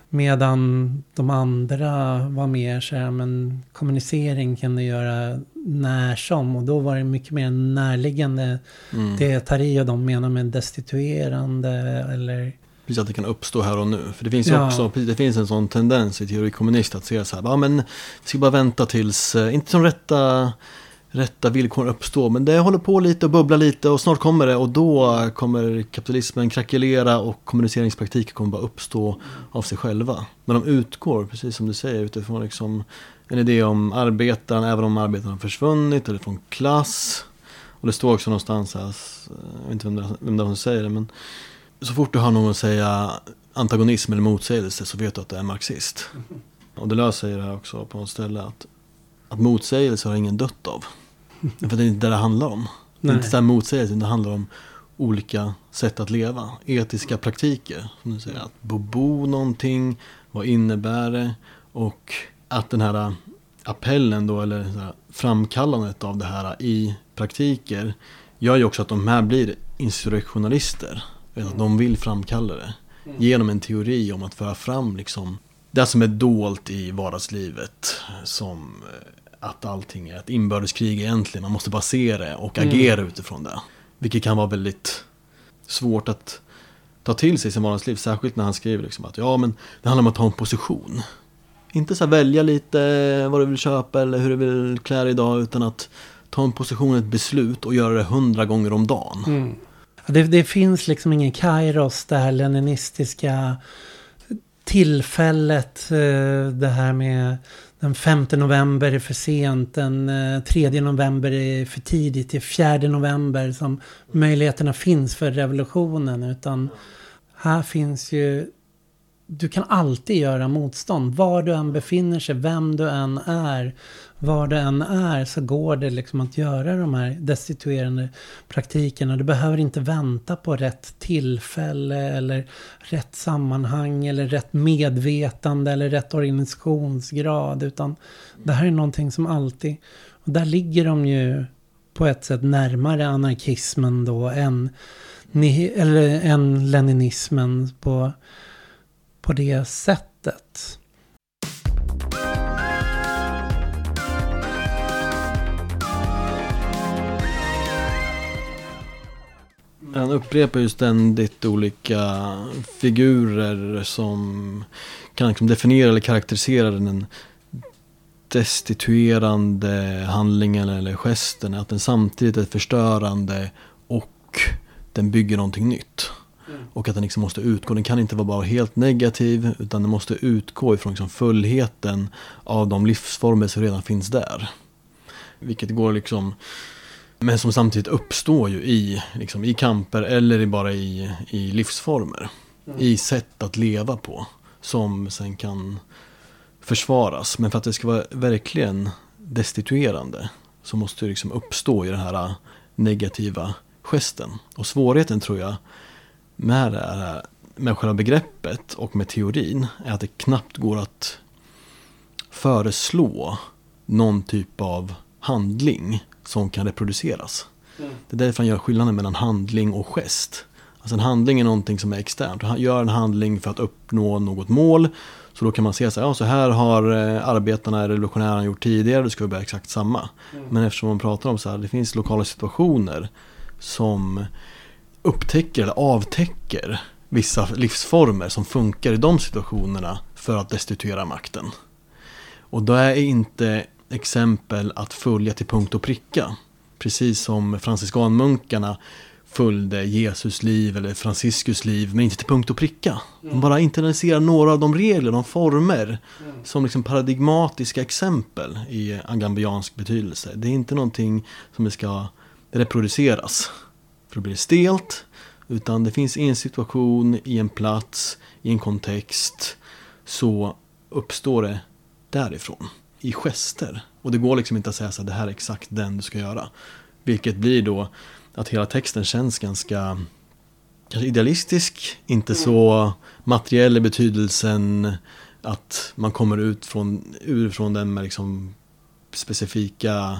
medan de andra var mer så här, men kommunicering kan du göra när som, och då var det mycket mer närliggande det Tahrir och de menar med destituerande, eller precis, att det kan uppstå här och nu, för det finns ju också, det finns en sån tendens i teori kommunist att säga så här, men vi ska bara vänta tills inte som rätta villkor uppstår, men det håller på lite och bubblar lite och snart kommer det, och då kommer kapitalismen krackelera och kommuniceringspraktiken kommer bara uppstå av sig själva. Men de utgår, precis som du säger, utifrån liksom en idé om arbetaren, även om arbetaren har försvunnit, eller från klass. Och det står också någonstans här, jag vet inte vem det är som säger det, men så fort du har någon säga antagonism eller motsägelse så vet du att det är marxist. Och det löser säger det här också på något ställe, att motsägelse har ingen dött av. För det är inte det handlar om. Det är inte så här motsägelse, det handlar om olika sätt att leva. Etiska praktiker, som du säger, att bo någonting, vad innebär det? Och att den här appellen då, eller så här framkallandet av det här i praktiker, gör ju också att de här blir insurrektionalister. Att de vill framkalla det genom en teori om att föra fram liksom det som är dolt i vardagslivet, som att allting är ett inbördeskrig egentligen. Man måste bara se det och agera utifrån det. Vilket kan vara väldigt svårt att ta till sig i sin vardagsliv. Särskilt när han skriver liksom att men det handlar om att ta en position. Inte så här välja lite vad du vill köpa eller hur du vill klä dig idag, utan att ta en position, ett beslut och göra det 100 gånger om dagen. Det finns liksom ingen kairos, det här leninistiska tillfället, det här med den 5 november är för sent, den 3 november är för tidigt, det är 4 november som möjligheterna finns för revolutionen, utan här finns ju du kan alltid göra motstånd. Var du än befinner sig, vem du än är, var du än är, så går det liksom att göra de här destituerande praktikerna. Du behöver inte vänta på rätt tillfälle eller rätt sammanhang eller rätt medvetande eller rätt organisationsgrad, utan det här är någonting som alltid, och där ligger de ju på ett sätt närmare anarkismen då än leninismen på det sättet. Han upprepar ju ständigt olika figurer som kan liksom definiera eller karaktärisera den destituerande handlingen eller gesten. Att den samtidigt är förstörande och den bygger någonting nytt. Och att den liksom måste utgå, den kan inte vara bara helt negativ, utan den måste utgå ifrån liksom fullheten av de livsformer som redan finns där. Vilket går liksom, men som samtidigt uppstår ju i kamper eller bara i livsformer. I sätt att leva på, som sen kan försvaras. Men för att det ska vara verkligen destituerande så måste det liksom uppstå i den här negativa gesten. Och svårigheten tror jag med det här, med själva begreppet och med teorin, är att det knappt går att föreslå någon typ av handling som kan reproduceras. Det är därför han gör skillnaden mellan handling och gest. Alltså en handling är någonting som är externt. Han gör en handling för att uppnå något mål. Så då kan man säga så här, ja, så här har arbetarna, revolutionärerna gjort tidigare, då ska vi börja exakt samma. Men eftersom man pratar om så här, det finns lokala situationer som upptäcker eller avtäcker vissa livsformer som funkar i de situationerna för att destituera makten. Och då är inte exempel att följa till punkt och pricka. Precis som franciskanmunkarna följde Jesus liv eller Franciscus liv, men inte till punkt och pricka. De bara internaliserar några av de regler, de former som liksom paradigmatiska exempel i agambiansk betydelse. Det är inte någonting som ska reproduceras för att bli stelt, utan det finns en situation, i en plats, i en kontext, så uppstår det därifrån i gester. Och det går liksom inte att säga så här, det här är exakt den du ska göra. Vilket blir då att hela texten känns ganska idealistisk, inte så materiell i betydelsen att man kommer ut från den med liksom specifika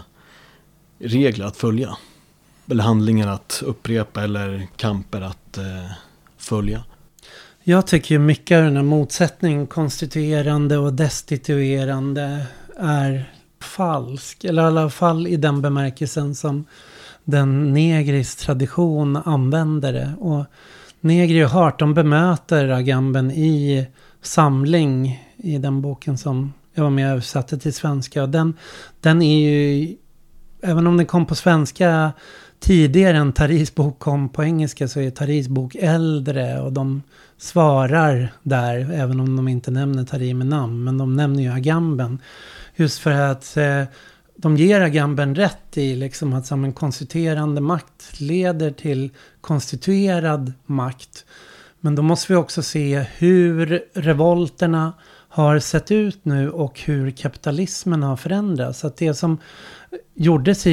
regler att följa. Eller handlingar att upprepa eller kamper att följa. Jag tycker ju mycket av den här motsättningen konstituerande och destituerande är falsk. Eller i alla fall i den bemärkelsen som den Negris tradition använder det. Och Negri och Hart, de bemöter Agamben i samling i den boken som jag var med och översatte till svenska. Och den är ju, även om den kom på svenska tidigare än Taris bok kom på engelska, så är Taris bok äldre och de svarar där, även om de inte nämner Tari med namn, men de nämner ju Agamben. Just för att de ger Agamben rätt i liksom att som en konstituerande makt leder till konstituerad makt. Men då måste vi också se hur revolterna har sett ut nu och hur kapitalismen har förändrats. Så att det som gjordes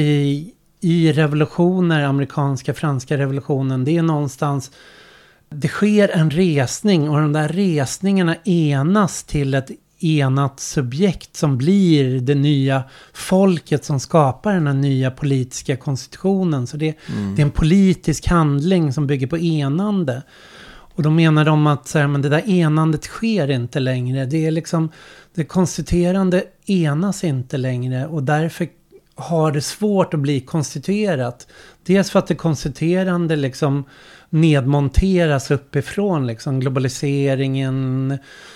i revolutioner, amerikanska, franska revolutionen, det är någonstans, det sker en resning och de där resningarna enas till ett enat subjekt som blir det nya folket som skapar den här nya politiska konstitutionen. Så det är en politisk handling som bygger på enande. Och då menar de att så här, men det där enandet sker inte längre. Det är liksom, det konstituerande enas inte längre och därför har det svårt att bli konstituerat. Dels för att det konstituerande liksom nedmonteras uppifrån, liksom globaliseringen,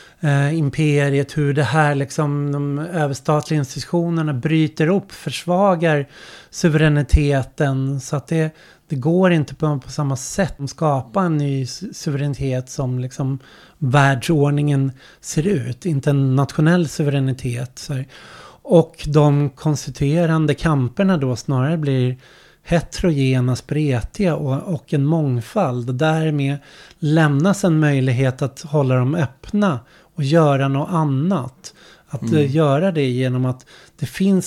imperiet, hur det här liksom de överstatliga institutionerna bryter upp, försvagar suveräniteten, så att det går inte på samma sätt att skapa en ny suveränitet som liksom världsordningen ser ut, inte en nationell suveränitet. Så. Och de konstituerande kamperna då snarare blir heterogena, spretiga och en mångfald. Och därmed lämnas en möjlighet att hålla dem öppna och göra något annat. Att göra det genom att det finns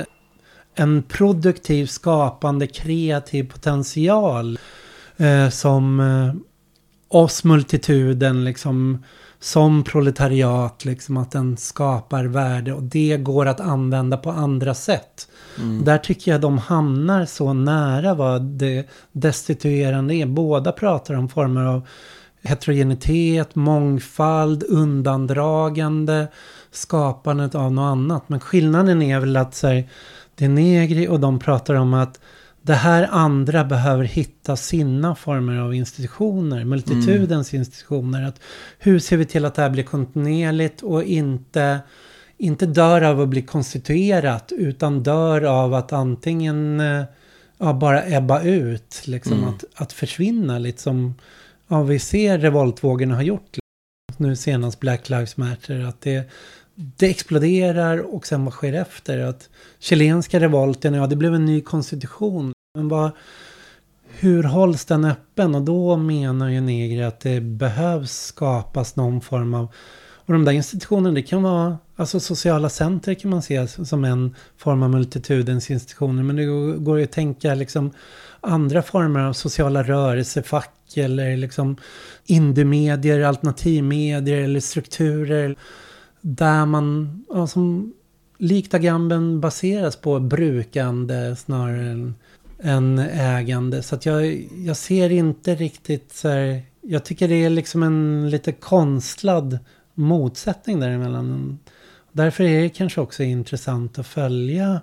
en produktiv, skapande, kreativ potential som oss multituden, liksom, som proletariat, liksom, att den skapar värde och det går att använda på andra sätt. Där tycker jag de hamnar så nära vad det destituerande är. Båda pratar om former av heterogenitet, mångfald, undandragande, skapandet av något annat. Men skillnaden är väl att så här, det är Negri och de pratar om att det här andra behöver hitta sina former av institutioner, multitudens institutioner. Att hur ser vi till att det här blir kontinuerligt och inte dör av att bli konstituerat, utan dör av att antingen bara ebba ut, liksom, att försvinna, lite som vi ser revoltvågorna har gjort. Nu senast Black Lives Matter, att det exploderar och sen vad sker efter? Att chilenska revolten, det blev en ny konstitution. Men hur hålls den öppen? Och då menar ju Negri att det behövs skapas någon form av, och de där institutionerna, det kan vara, alltså sociala center kan man se som en form av multitudens institutioner. Men det går ju att tänka liksom andra former av sociala rörelsefack eller liksom indiemedier, alternativmedier eller strukturer där man som likt Agamben baseras på brukande snarare än ägande. Så att jag ser inte riktigt så här, jag tycker det är liksom en lite konstlad motsättning däremellan. Därför är det kanske också intressant att följa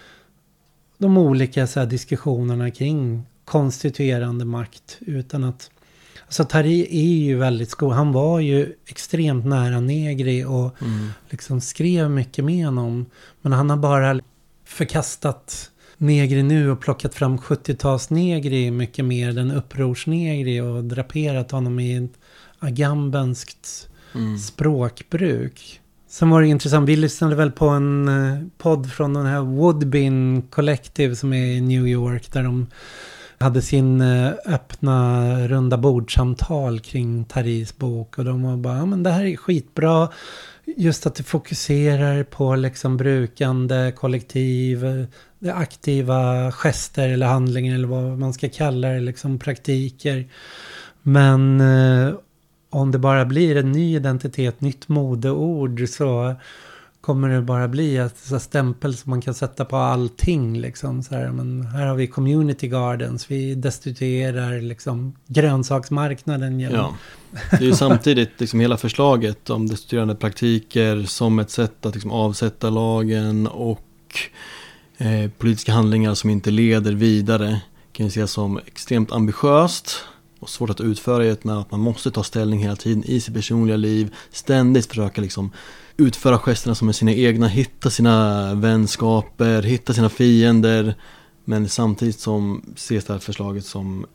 de olika så här diskussionerna kring konstituerande makt utan att, alltså Tari är ju väldigt han var ju extremt nära Negri och liksom skrev mycket med honom, men han har bara förkastat Negri nu och plockat fram 70-tals Negri mycket mer, den upprorsnegri, och draperat honom i ett agambenskt språkbruk. Sen var det intressant, vi lyssnade väl på en podd från den här Woodbine Collective som är i New York, där de hade sin öppna runda bordsamtal kring Taris bok, och de var bara, men det här är skitbra, just att det fokuserar på liksom brukande kollektiv, aktiva gester eller handlingar eller vad man ska kalla det, liksom praktiker. Men om det bara blir en ny identitet, nytt modeord, så kommer det bara bli ett stämpel som man kan sätta på allting. Liksom, så här, men här har vi community gardens, vi destituerar liksom grönsaksmarknaden. Ja, det är ju samtidigt liksom hela förslaget om destituerande praktiker som ett sätt att liksom avsätta lagen och politiska handlingar som inte leder vidare kan ju ses som extremt ambitiöst och svårt att utföra, i ett med att man måste ta ställning hela tiden i sitt personliga liv, ständigt försöka liksom utföra gesterna som är sina egna, hitta sina vänskaper, hitta sina fiender, men samtidigt som ses det här förslaget som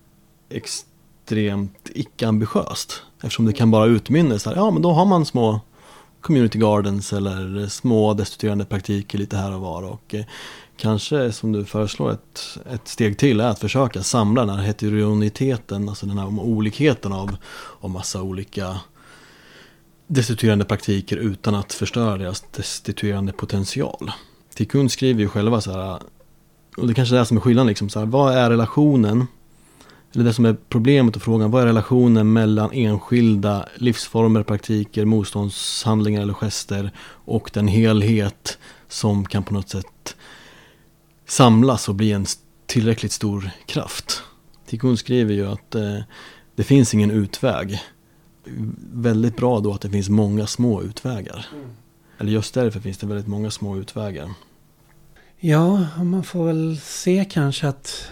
extremt icke-ambitiöst, eftersom det kan bara utmynna så här, ja men då har man små community gardens eller små destituerande praktiker lite här och var, och kanske som du föreslår ett steg till är att försöka samla den här heterogeniteten, alltså den här olikheten av massa olika destituerande praktiker utan att förstöra deras destituerande potential. Tikkun skriver ju själva så här, och det kanske är det som är skillnaden liksom, så här, vad är relationen, eller det som är problemet och frågan, vad är relationen mellan enskilda livsformer, praktiker, motståndshandlingar eller gester och den helhet som kan på något sätt samlas och bli en tillräckligt stor kraft. Tikkun skriver ju att det finns ingen utväg. Väldigt bra då att det finns många små utvägar. Eller just därför finns det väldigt många små utvägar. Ja, man får väl se kanske att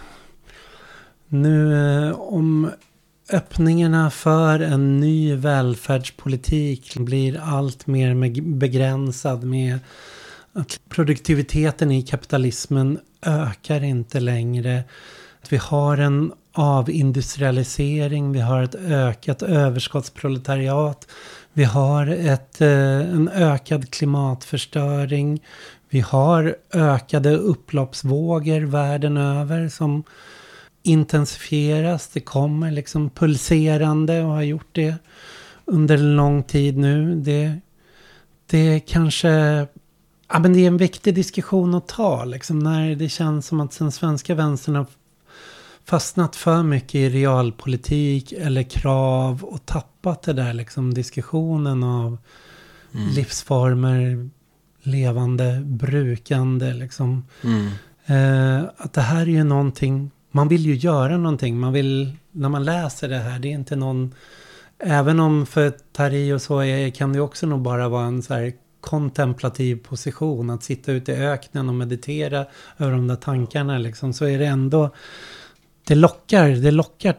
nu om öppningarna för en ny välfärdspolitik blir allt mer begränsad med att produktiviteten i kapitalismen ökar inte längre. Att vi har en avindustrialisering, vi har ett ökat överskottsproletariat, Vi har en ökad klimatförstöring. Vi har ökade upploppsvågor världen över som intensifieras. Det kommer liksom pulserande och har gjort det under lång tid nu. Det kanske... Ja, men det är en viktig diskussion att ta liksom, när det känns som att den svenska vänstern har fastnat för mycket i realpolitik eller krav och tappat det där liksom, diskussionen av livsformer, levande, brukande liksom. Att det här är ju någonting, man vill ju göra någonting, man vill, när man läser det här, det är inte någon, även om för Tari och så kan det också nog bara vara en så här kontemplativ position, att sitta ute i öknen och meditera över de där tankarna liksom, så är det ändå, det lockar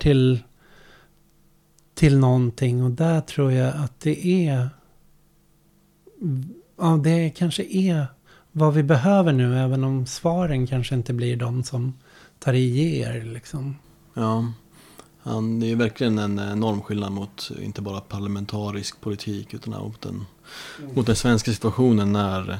till någonting, och där tror jag att det är, ja, det kanske är vad vi behöver nu, även om svaren kanske inte blir de som Tari ger liksom. Ja, det är verkligen en enorm skillnad mot inte bara parlamentarisk politik utan mot den svenska situationen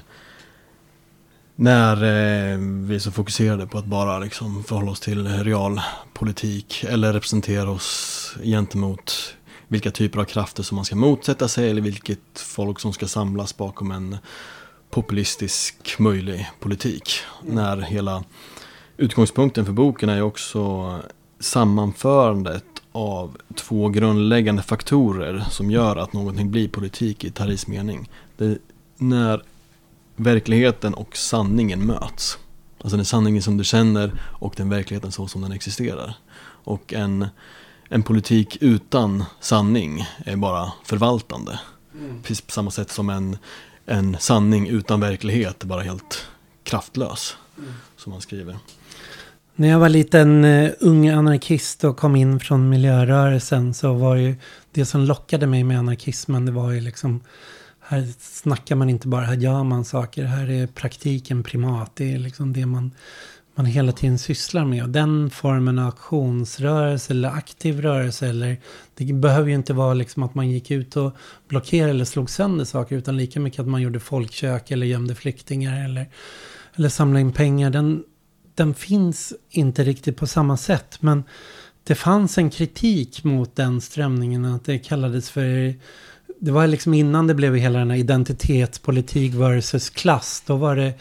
när vi är så fokuserade på att bara liksom förhålla oss till realpolitik eller representera oss gentemot vilka typer av krafter som man ska motsätta sig eller vilket folk som ska samlas bakom en populistisk möjlig politik. När hela utgångspunkten för boken är också sammanförandet av två grundläggande faktorer som gör att någonting blir politik i Taris mening. Det när verkligheten och sanningen möts. Alltså den sanningen som du känner och den verkligheten så som den existerar. Och en politik utan sanning är bara förvaltande. Precis på samma sätt som en sanning utan verklighet är bara helt kraftlös. Som man skriver. När jag var liten ung anarkist och kom in från miljörörelsen, så var ju det som lockade mig med anarkismen, det var ju liksom, här snackar man inte bara, här gör man saker, här är praktiken primat, det är liksom det man hela tiden sysslar med, och den formen av aktionsrörelse eller aktiv rörelse, eller det behöver ju inte vara liksom att man gick ut och blockerade eller slog sönder saker, utan lika mycket att man gjorde folkkök eller gömde flyktingar eller samlade in pengar. Den finns inte riktigt på samma sätt, men det fanns en kritik mot den strömningen, att det kallades för, det var liksom innan det blev hela den här identitetspolitik versus klass, då var det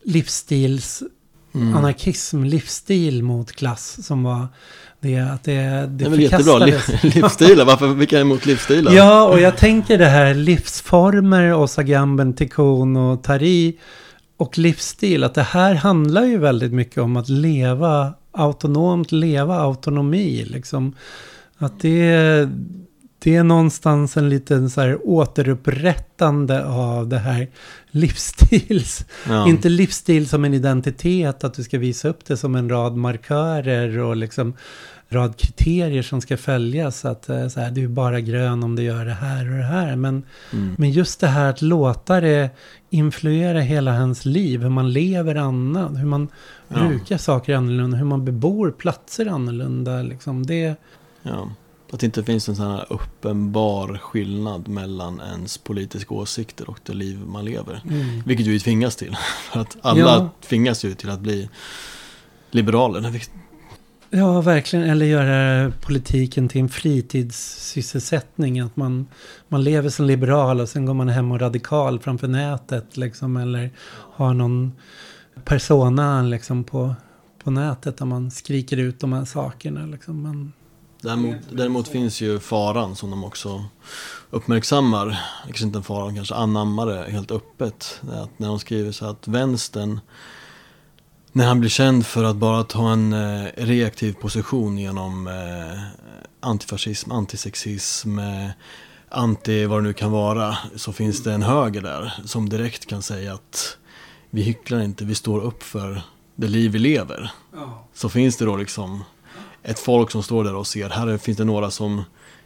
anarkism, livsstil mot klass som var det, att det är väl jättebra, livsstilar, vilka är emot livsstilar? Ja, och jag tänker det här livsformer, Åsa Gamben, Tikkun och Tari och livsstil, att det här handlar ju väldigt mycket om att leva autonomt, leva autonomi liksom. Att det är någonstans en liten så här återupprättande av det här livsstils. Ja. Inte livsstil som en identitet, att du ska visa upp det som en rad markörer och liksom rad kriterier som ska följas. Att så här, du är bara grön om du gör det här och det här. Men just det här att låta det influera hela hans liv. Hur man lever annat. Hur man brukar saker annorlunda. Hur man bebor platser annorlunda. Liksom det... Ja. Att det inte finns en sån här uppenbar skillnad mellan ens politiska åsikter och det liv man lever. Vilket ju tvingas till. För att alla tvingas ju till att bli liberaler. Ja, verkligen. Eller göra politiken till en fritidssysselsättning. Att man lever som liberal och sen går man hem och radikal framför nätet. Liksom, eller har någon persona liksom, på nätet där man skriker ut de här sakerna. Liksom. Däremot finns ju faran som de också uppmärksammar. Kanske inte en fara, kanske anammar det helt öppet. Att när de skriver så att vänstern, när han blir känd för att bara ta en reaktiv position genom antifascism, antisexism, anti vad det nu kan vara, så finns det en höger där som direkt kan säga att vi hycklar inte, vi står upp för det liv vi lever. Så finns det då liksom ett folk som står där och ser, här finns det några som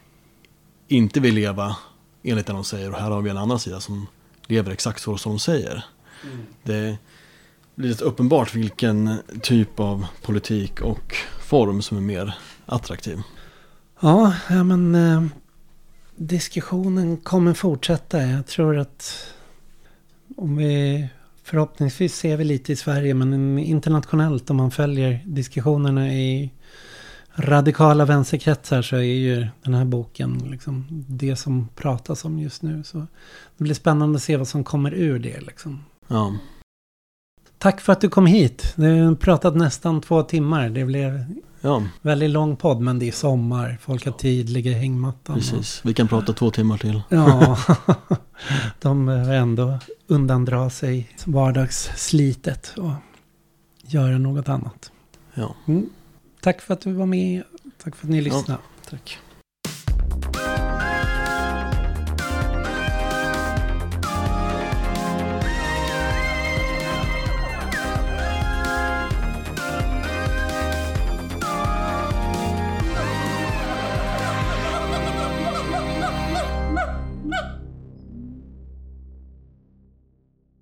inte vill leva enligt det de säger, och här har vi en annan sida som lever exakt så som de säger. Det blir lite uppenbart vilken typ av politik och form som är mer attraktiv. Ja, men diskussionen kommer fortsätta. Jag tror att om vi förhoppningsvis ser vi lite i Sverige, men internationellt om man följer diskussionerna i radikala vänsterkretsar så är ju den här boken liksom det som pratas om just nu. Så det blir spännande att se vad som kommer ur det liksom. Ja. Tack för att du kom hit. Du har pratat nästan 2 timmar. Det blev väldigt lång podd, men det är sommar. Folk har tid, ligger i hängmattan. Precis, vi kan prata 2 timmar till. Ja, de behöver ändå undandra sig vardagsslitet och göra något annat. Ja. Tack för att du var med. Tack för att ni lyssnade. Ja, tack.